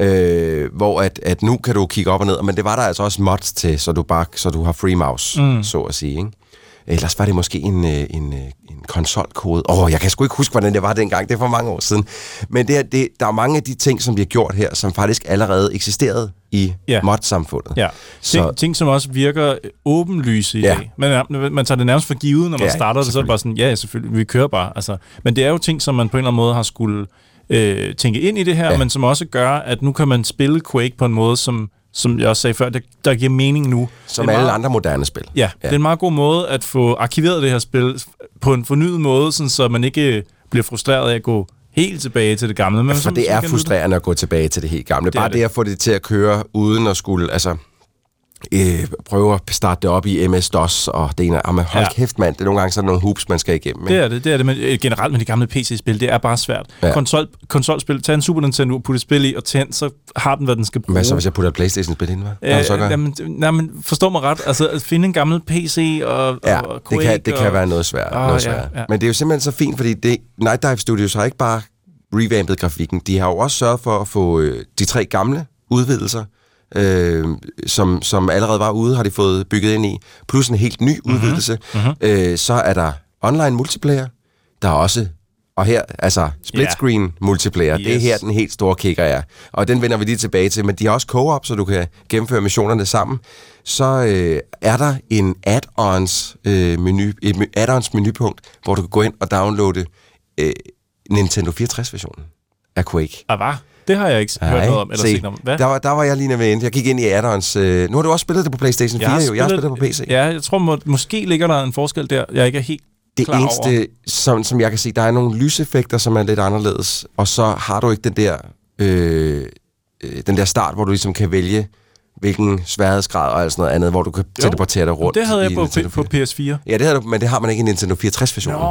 Øh, hvor at, at nu kan du kigge op og ned, men det var der altså også mods til, så du, bare, så du har free mouse, mm. så at sige, ikke? Ellers var det måske en, en, en konsolkode. Åh, oh, jeg kan sgu ikke huske, hvordan det var dengang. Det er for mange år siden. Men det, det, der er mange af de ting, som vi har gjort her, som faktisk allerede eksisterede i ja. mod-samfundet. Ja. Så, ting, ting, som også virker åbenlyse i ja. dag. Man, man tager det nærmest for givet, når man ja, starter det, så er det bare sådan, ja, selvfølgelig, vi kører bare. Altså, men det er jo ting, som man på en eller anden måde har skulle øh, tænke ind i det her, ja. men som også gør, at nu kan man spille Quake på en måde, som som jeg også sagde før, der, der giver mening nu. Som alle meget, andre moderne spil. Ja, ja, det er en meget god måde at få arkiveret det her spil på en fornyet måde, sådan, så man ikke bliver frustreret af at gå helt tilbage til det gamle. Men for som, det er frustrerende at gå tilbage til det helt gamle. Det Bare det. det at få det til at køre uden at skulle... Altså, øh, prøve at starte det op i M S-DOS, og det ene, hold ja. kæft mand, det er nogle gange sådan nogle hoops, man skal igennem. Ikke? Det er det, det er det, men generelt med de gamle P C-spil, det er bare svært. Ja. Konsol, konsolspil, tag en Super Nintendo og putte et spil i, og tænd, så har den, hvad den skal bruge. Hvad så, hvis jeg putter et PlayStation-spil ind, hvad? Æh, så jamen, jamen, forstå mig ret, altså at finde en gammel P C og, ja, og Quake, det kan, det og... kan være noget svært. Oh, noget svært. Ja, ja. Men det er jo simpelthen så fint, fordi det, Night Dive Studios har ikke bare revampet grafikken, de har jo også sørget for at få øh, de tre gamle udvidelser, Øh, som, som allerede var ude, har de fået bygget ind i, plus en helt ny udvidelse. Mm-hmm. Øh, så er der online multiplayer, der er også, og her, altså split screen yeah. multiplayer, yes. det er her den helt store kicker er. Og den vender vi lige tilbage til, men de har også co-op, så du kan gennemføre missionerne sammen. Så øh, er der en add-ons øh, menu, et add-ons menupunkt, hvor du kan gå ind og downloade øh, Nintendo fireogtres-versionen af Quake. Ah, hvad? Det har jeg ikke Nej, hørt noget om, eller se, set om. Hvad? Der var, der var jeg lige ved ind. Jeg gik ind i add-ons. Øh, nu har du også spillet det på PlayStation fire, jeg jo. Jeg har spillet det på P C. Ja, jeg tror, må, måske ligger der en forskel der, jeg ikke er helt det klar eneste, over. Som, som jeg kan se, der er nogle lyseffekter, som er lidt anderledes, og så har du ikke den der, øh, den der start, hvor du ligesom kan vælge, hvilken sværhedsgrad og alt sådan noget andet, hvor du kan jo. teleportere dig rundt. Det havde jeg på, på P S fire. Ja, det havde du, men det har man ikke i Nintendo fireogtres-versionen.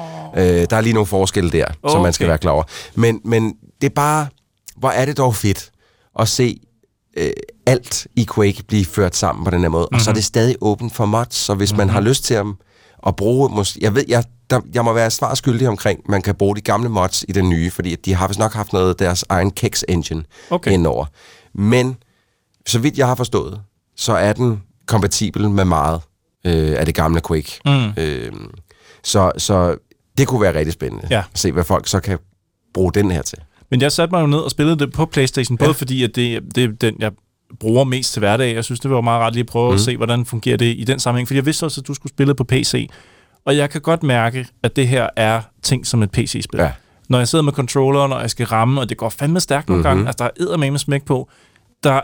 Øh, der er lige nogle forskelle der, okay. som man skal være klar over. Men, men det er bare... Hvor er det dog fedt at se øh, alt i Quake blive ført sammen på den her måde. Mm-hmm. Og så er det stadig åbent for mods, så hvis mm-hmm. man har lyst til at, at bruge... Måske, jeg ved, jeg, der, jeg må være svar skyldig omkring, man kan bruge de gamle mods i den nye, fordi de har vist nok haft noget af deres egen Kex Engine okay. indover. Men så vidt jeg har forstået, så er den kompatibel med meget øh, af det gamle Quake. Mm. Øh, så, så det kunne være rigtig spændende ja. at se, hvad folk så kan bruge den her til. Men jeg satte mig jo ned og spillede det på PlayStation, både ja. fordi, at det, det er den, jeg bruger mest til hverdag. Jeg synes, det var meget ret lige at prøve mm. at se, hvordan fungerer det i den sammenhæng. Fordi jeg vidste også, at du skulle spille på P C. Og jeg kan godt mærke, at det her er ting som et P C-spil. Ja. når jeg sidder med controlleren, og jeg skal ramme, og det går fandme stærkt nogle Mhm. gange, altså der er eddermame smæk på, der,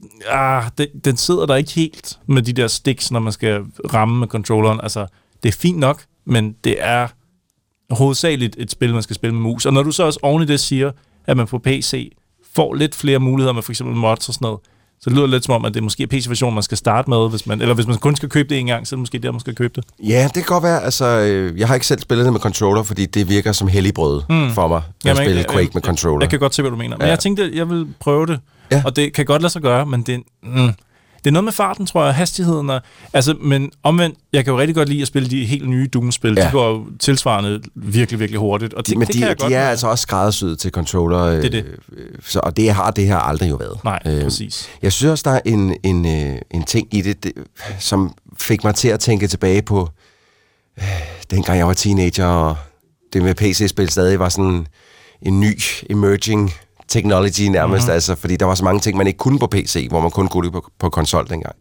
ah, den, den sidder der ikke helt med de der sticks, når man skal ramme med controlleren. Altså, det er fint nok, men det er hovedsageligt et spil, man skal spille med mus. Og når du så også oven i det siger, at man på P C får lidt flere muligheder med for eksempel mods og sådan noget, så det lyder lidt som om, at det er måske P C-versionen, man skal starte med, hvis man, eller hvis man kun skal købe det en gang, så er det måske der, man skal købe det. Ja, det kan godt være. Altså, øh, jeg har ikke selv spillet det med controller, fordi det virker som helligbrød Mm. for mig, at Jamen, spille jeg- Quake jeg- med controller. Jeg kan godt se, hvad du mener. Men Ja. jeg tænkte, at jeg vil prøve det. Ja. Og det kan godt lade sig gøre, men det, mm, det er noget med farten, tror jeg, hastigheden. Og, altså, men omvendt, jeg kan jo rigtig godt lide at spille de helt nye Doom-spil. Ja. De går jo tilsvarende virkelig, virkelig hurtigt. Og det, Men det de, kan jeg de godt er lide. altså også skræddersyet til controller. Det er det. Øh, så, og det har det her aldrig jo været. Nej, Øh, præcis. Jeg synes også, der er en, en, øh, en ting i det, det, som fik mig til at tænke tilbage på, øh, dengang jeg var teenager, og det med P C-spil stadig var sådan en ny emerging technology nærmest, Mhm. altså, fordi der var så mange ting, man ikke kunne på P C, hvor man kun kunne det på, på konsol dengang.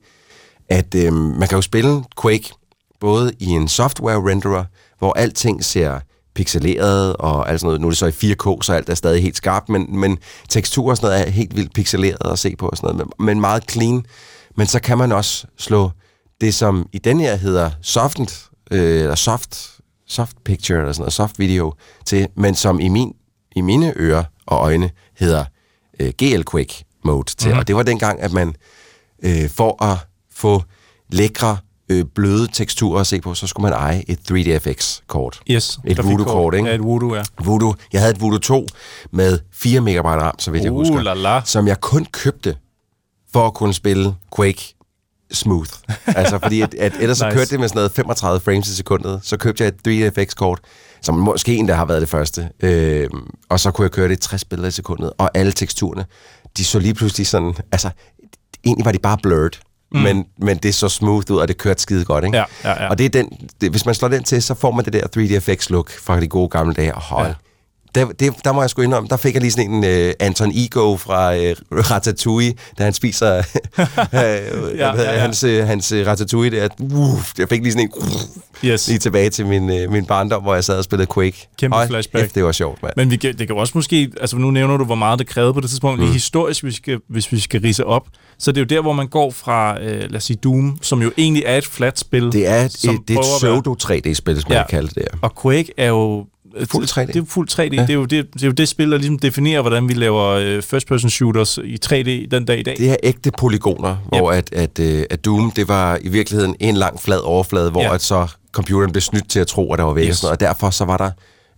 At øh, man kan jo spille Quake både i en software-renderer, hvor alting ser pixeleret og alt sådan noget. Nu er det så i fire K, så alt er stadig helt skarpt, men, men tekstur og sådan noget er helt vildt pixeleret at se på og sådan noget, men, men meget clean. Men så kan man også slå det, som i den her hedder softent, øh, eller soft, soft picture eller sådan noget, soft video til, men som i, min, i mine ører og øjne hedder øh, G L Quake mode til. Mhm. Og det var dengang, at man øh, for at få lækre, øh, bløde teksturer at se på, så skulle man eje et tre D F X-kort. Yes, Et Voodoo-kort, ikke? Ja, et Voodoo, ja. Voodoo. Jeg havde et Voodoo to med fire megabyte RAM, så vidt jeg Uh, husker. la la. Som jeg kun købte for at kunne spille Quake smooth. Altså, fordi at, at ellers Nice. så kørte det med sådan noget femogtredive frames i sekundet. Så købte jeg et tre D F X-kort, som måske endda har været det første. Øh, og så kunne jeg køre det i tres billeder i sekundet. Og alle teksturerne, de så lige pludselig sådan... Altså, egentlig var de bare blurred. Mm. Men, men det så smooth ud, og det kørte skide godt, ikke? Ja, ja, ja. Og det er den, det, hvis man slår den til, så får man det der tre D F X-look fra de gode gamle dage. Og hold, Ja. der, det, der må jeg sgu indrømme, der fik jeg lige sådan en uh, Anton Ego fra uh, Ratatouille, da han spiser uh, ja, ja, ja. hans, uh, hans uh, Ratatouille der. Uh, jeg fik lige sådan en uh, yes. lige tilbage til min, uh, min barndom, hvor jeg sad og spillede Quake. Kæmpe Hold flashback. kæft, det var sjovt, mand. Men vi kan, det kan jo også måske, altså nu nævner du, hvor meget det krævede på det tidspunkt, mm. lige historisk, hvis vi, skal, hvis vi skal ridse op, så det er jo der, hvor man går fra, øh, lad os sige, Doom, som jo egentlig er et flat spil. Det er et, som et, det er et prøver at være- pseudo tre D-spil, som ja. jeg kalder det der. Og Quake er jo... Fuld tre D. Det er jo fuld tre D. Ja. Det, er jo det, det er jo det spil, der ligesom definerer, hvordan vi laver øh, first-person shooters i tre D den dag i dag. Det er ægte polygoner, hvor at, at, at, at Doom, det var i virkeligheden en lang flad overflade, hvor Ja. at så computeren blev snydt til at tro, at der var væk. Yes. Og, sådan noget. Og derfor så var der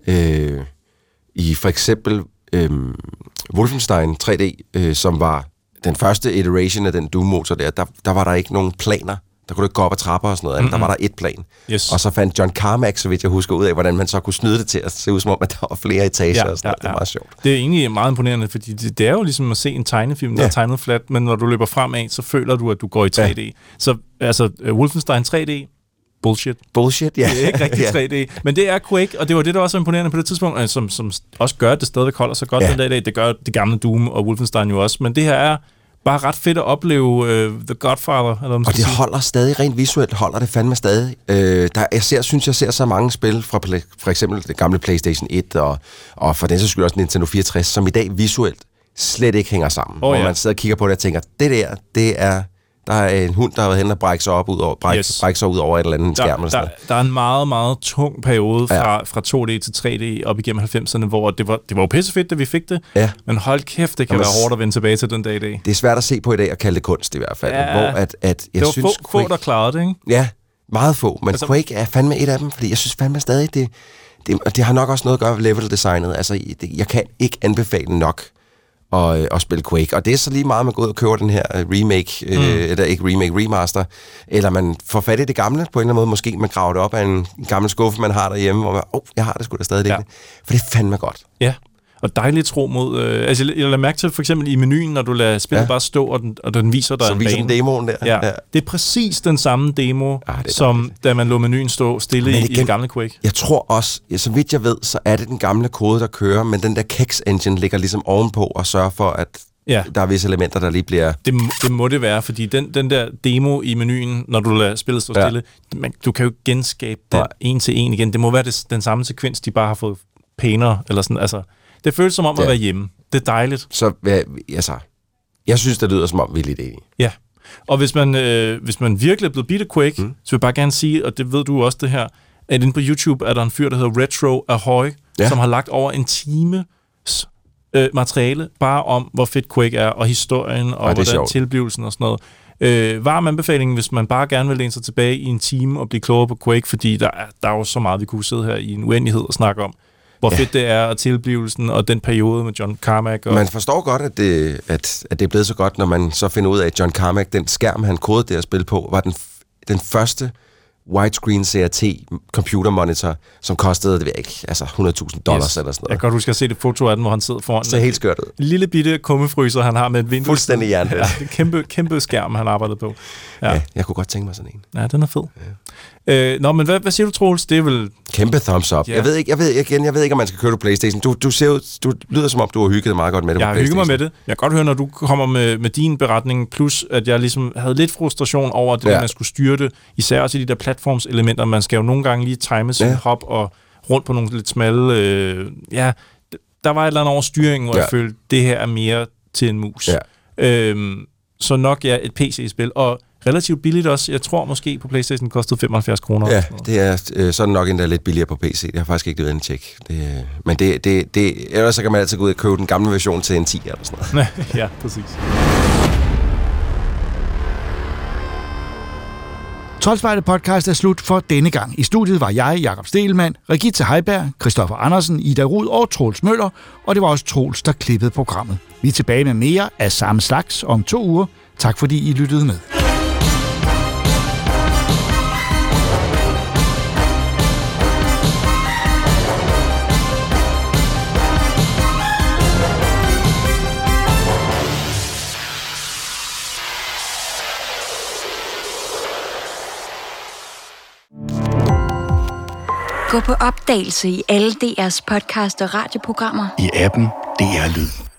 øh, i for eksempel øh, Wolfenstein tre D, øh, som var den første iteration af den Doom-motor der, der, der var der ikke nogen planer. Der kunne du ikke gå op ad trapper og sådan noget. Mm-hmm. Der var der et plan. Yes. Og så fandt John Carmack, så vidt jeg husker, ud af, hvordan man så kunne snyde det til at se ud som om, at der var flere etager Ja, og sådan noget. ja, Det ja. var meget sjovt. Det er egentlig meget imponerende, fordi det, det er jo ligesom at se en tegnefilm, der Ja. er tegnet flat, men når du løber fremad, så føler du, at du går i tre D. Ja. Så altså, uh, Wolfenstein tre D, bullshit. Bullshit, ja. Det er ikke rigtig Ja. tre D. Men det er Quake, og det var det, der også var imponerende på det tidspunkt, altså, som, som også gør, at det stadigvæk holder så godt Ja. den dag i dag. Det gør det gamle Doom og Wolfenstein jo også. Men det her er bare ret fedt at opleve uh, The Godfather. Eller hvad man Og skal det sige. holder stadig, rent visuelt holder det fandme stadig. Øh, der, jeg ser, synes, jeg ser så mange spil fra pla- for eksempel det gamle PlayStation et, og, og for den så skyld også Nintendo fireogtres, som i dag visuelt slet ikke hænger sammen. Oh, hvor ja. man sidder og kigger på det og tænker, det der, det er... Der er en hund, der har været hen og brække sig op ud over, brække, Yes. brække sig ud over et eller andet skærm. Der, Eller sådan der, der er en meget, meget tung periode Ja. fra, fra to D til tre D op igennem halvfemserne, hvor det var, det var jo pissefedt, da vi fik det. Ja. Men hold kæft, det kan Jamen, være hårdt at vende tilbage til den dag i dag. Det er svært at se på i dag og kalde det kunst i hvert fald. Ja. Hvor at, at jeg Det var synes, få, få, der klarede det, ikke? Ja, meget få. Men Altså- altså, Quake er fandme et af dem, fordi jeg synes fandme stadig, det, det, det har nok også noget at gøre med level-designet. Altså, det, jeg kan ikke anbefale nok at, at spille Quake. Og det er så lige meget, man går ud og køber den her remake, mm. øh, eller ikke remake, remaster, eller man får fat i det gamle på en eller anden måde. Måske man graver det op af en, en gammel skuffe, man har derhjemme, og man, åh, oh, jeg har det sgu da stadig Ja. ja. For det er fandme godt. Ja, og dejligt tro mod... Øh, altså, jeg lader mærke til for eksempel i menuen, når du lader spillet ja. Ja. bare stå, og den, og den viser dig Så en viser bane. den demoen der. Ja. ja. Det er præcis den samme demo, Ah, det er som dejligt. da man lå menuen stå stille Men i, igen- i det gamle Quake. Jeg tror også, ja, så vidt jeg ved, så er det den gamle kode, der kører, men den der Kex Engine ligger ligesom ovenpå og sørger for, at Ja. der er visse elementer, der lige bliver... Det, må- det må det være, fordi den, den der demo i menuen, når du lader spillet stå Ja. stille, man, du kan jo ikke genskabe den Nej. en til en igen. Det må være det, den samme sekvens, de bare har fået pænere, eller sådan, altså, det føles som om ja. at være hjemme. Det er dejligt. Så, altså, jeg synes, det lyder som om, vi er lidt enige. Ja, og hvis man, øh, hvis man virkelig er blevet beat af Quake, mm. så vil jeg bare gerne sige, og det ved du også det her, at inde på YouTube er der en fyr, der hedder Retro Ahoy, ja. som har lagt over en time øh, materiale bare om, hvor fedt Quake er, og historien, og ja, hvordan sjovt. tilblivelsen og sådan noget. Øh, varm anbefaling, hvis man bare gerne vil læne sig tilbage i en time og blive klogere på Quake, fordi der er, der er jo så meget, vi kunne sidde her i en uendelighed og snakke om, hvor ja. fedt det er, og tilblivelsen, og den periode med John Carmack. Og... Man forstår godt, at det, at, at det er blevet så godt, når man så finder ud af, at John Carmack, den skærm, han kodede det at spille på, var den, den første widescreen C R T computer monitor, som kostede, det ved jeg ikke, altså hundrede tusind dollars yes. eller sådan noget. Jeg kan godt huske at se det foto af den, hvor han sidder foran. Det ser helt skørt ud. En lille bitte kummefryser, han har med et vindue. Fuldstændig jern. Ja, det kæmpe, kæmpe skærm, han arbejdede på. Ja. ja, jeg kunne godt tænke mig sådan en. Ja, den er fed. Ja. Øh, nå, men hvad, hvad siger du, Troels? Det er vel... Kæmpe thumbs up. Ja. Jeg ved ikke, jeg ved igen, jeg ved ikke, om man skal køre på PlayStation. Du, du ser jo, du lyder som om, du har hygget meget godt med det. Jeg har hygget mig med det. Jeg kan godt høre, når du kommer med, med din beretning, plus at jeg ligesom havde lidt frustration over det, ja. at man skulle styre det, især også i de der platformselementer. Man skal jo nogle gange lige time sin ja. hop og rundt på nogle lidt smalle... Øh, ja, der var et eller andet over styringen, hvor ja. jeg følte, det her er mere til en mus. Ja. Øhm, så nok ja, et P C-spil, og relativt billigt også. Jeg tror måske på PlayStation kostede femoghalvfjerds kroner. Ja, det er øh, sådan nok endda lidt billigere på P C. Det har faktisk ikke været en tjek. Det, men det, det, det, ellers så kan man altid gå ud og købe den gamle version til en ti eller sådan noget. Ja, præcis. Troldspejlet podcast er slut for denne gang. I studiet var jeg, Jakob Stegelmann, Regitze Heiberg, Christoffer Andersen, Ida Rud og Troels Møller, og det var også Troels, der klippede programmet. Vi er tilbage med mere af samme slags om to uger. Tak fordi I lyttede med. Gå på opdagelse i alle D R's podcast og radioprogrammer. I appen D R Lyd.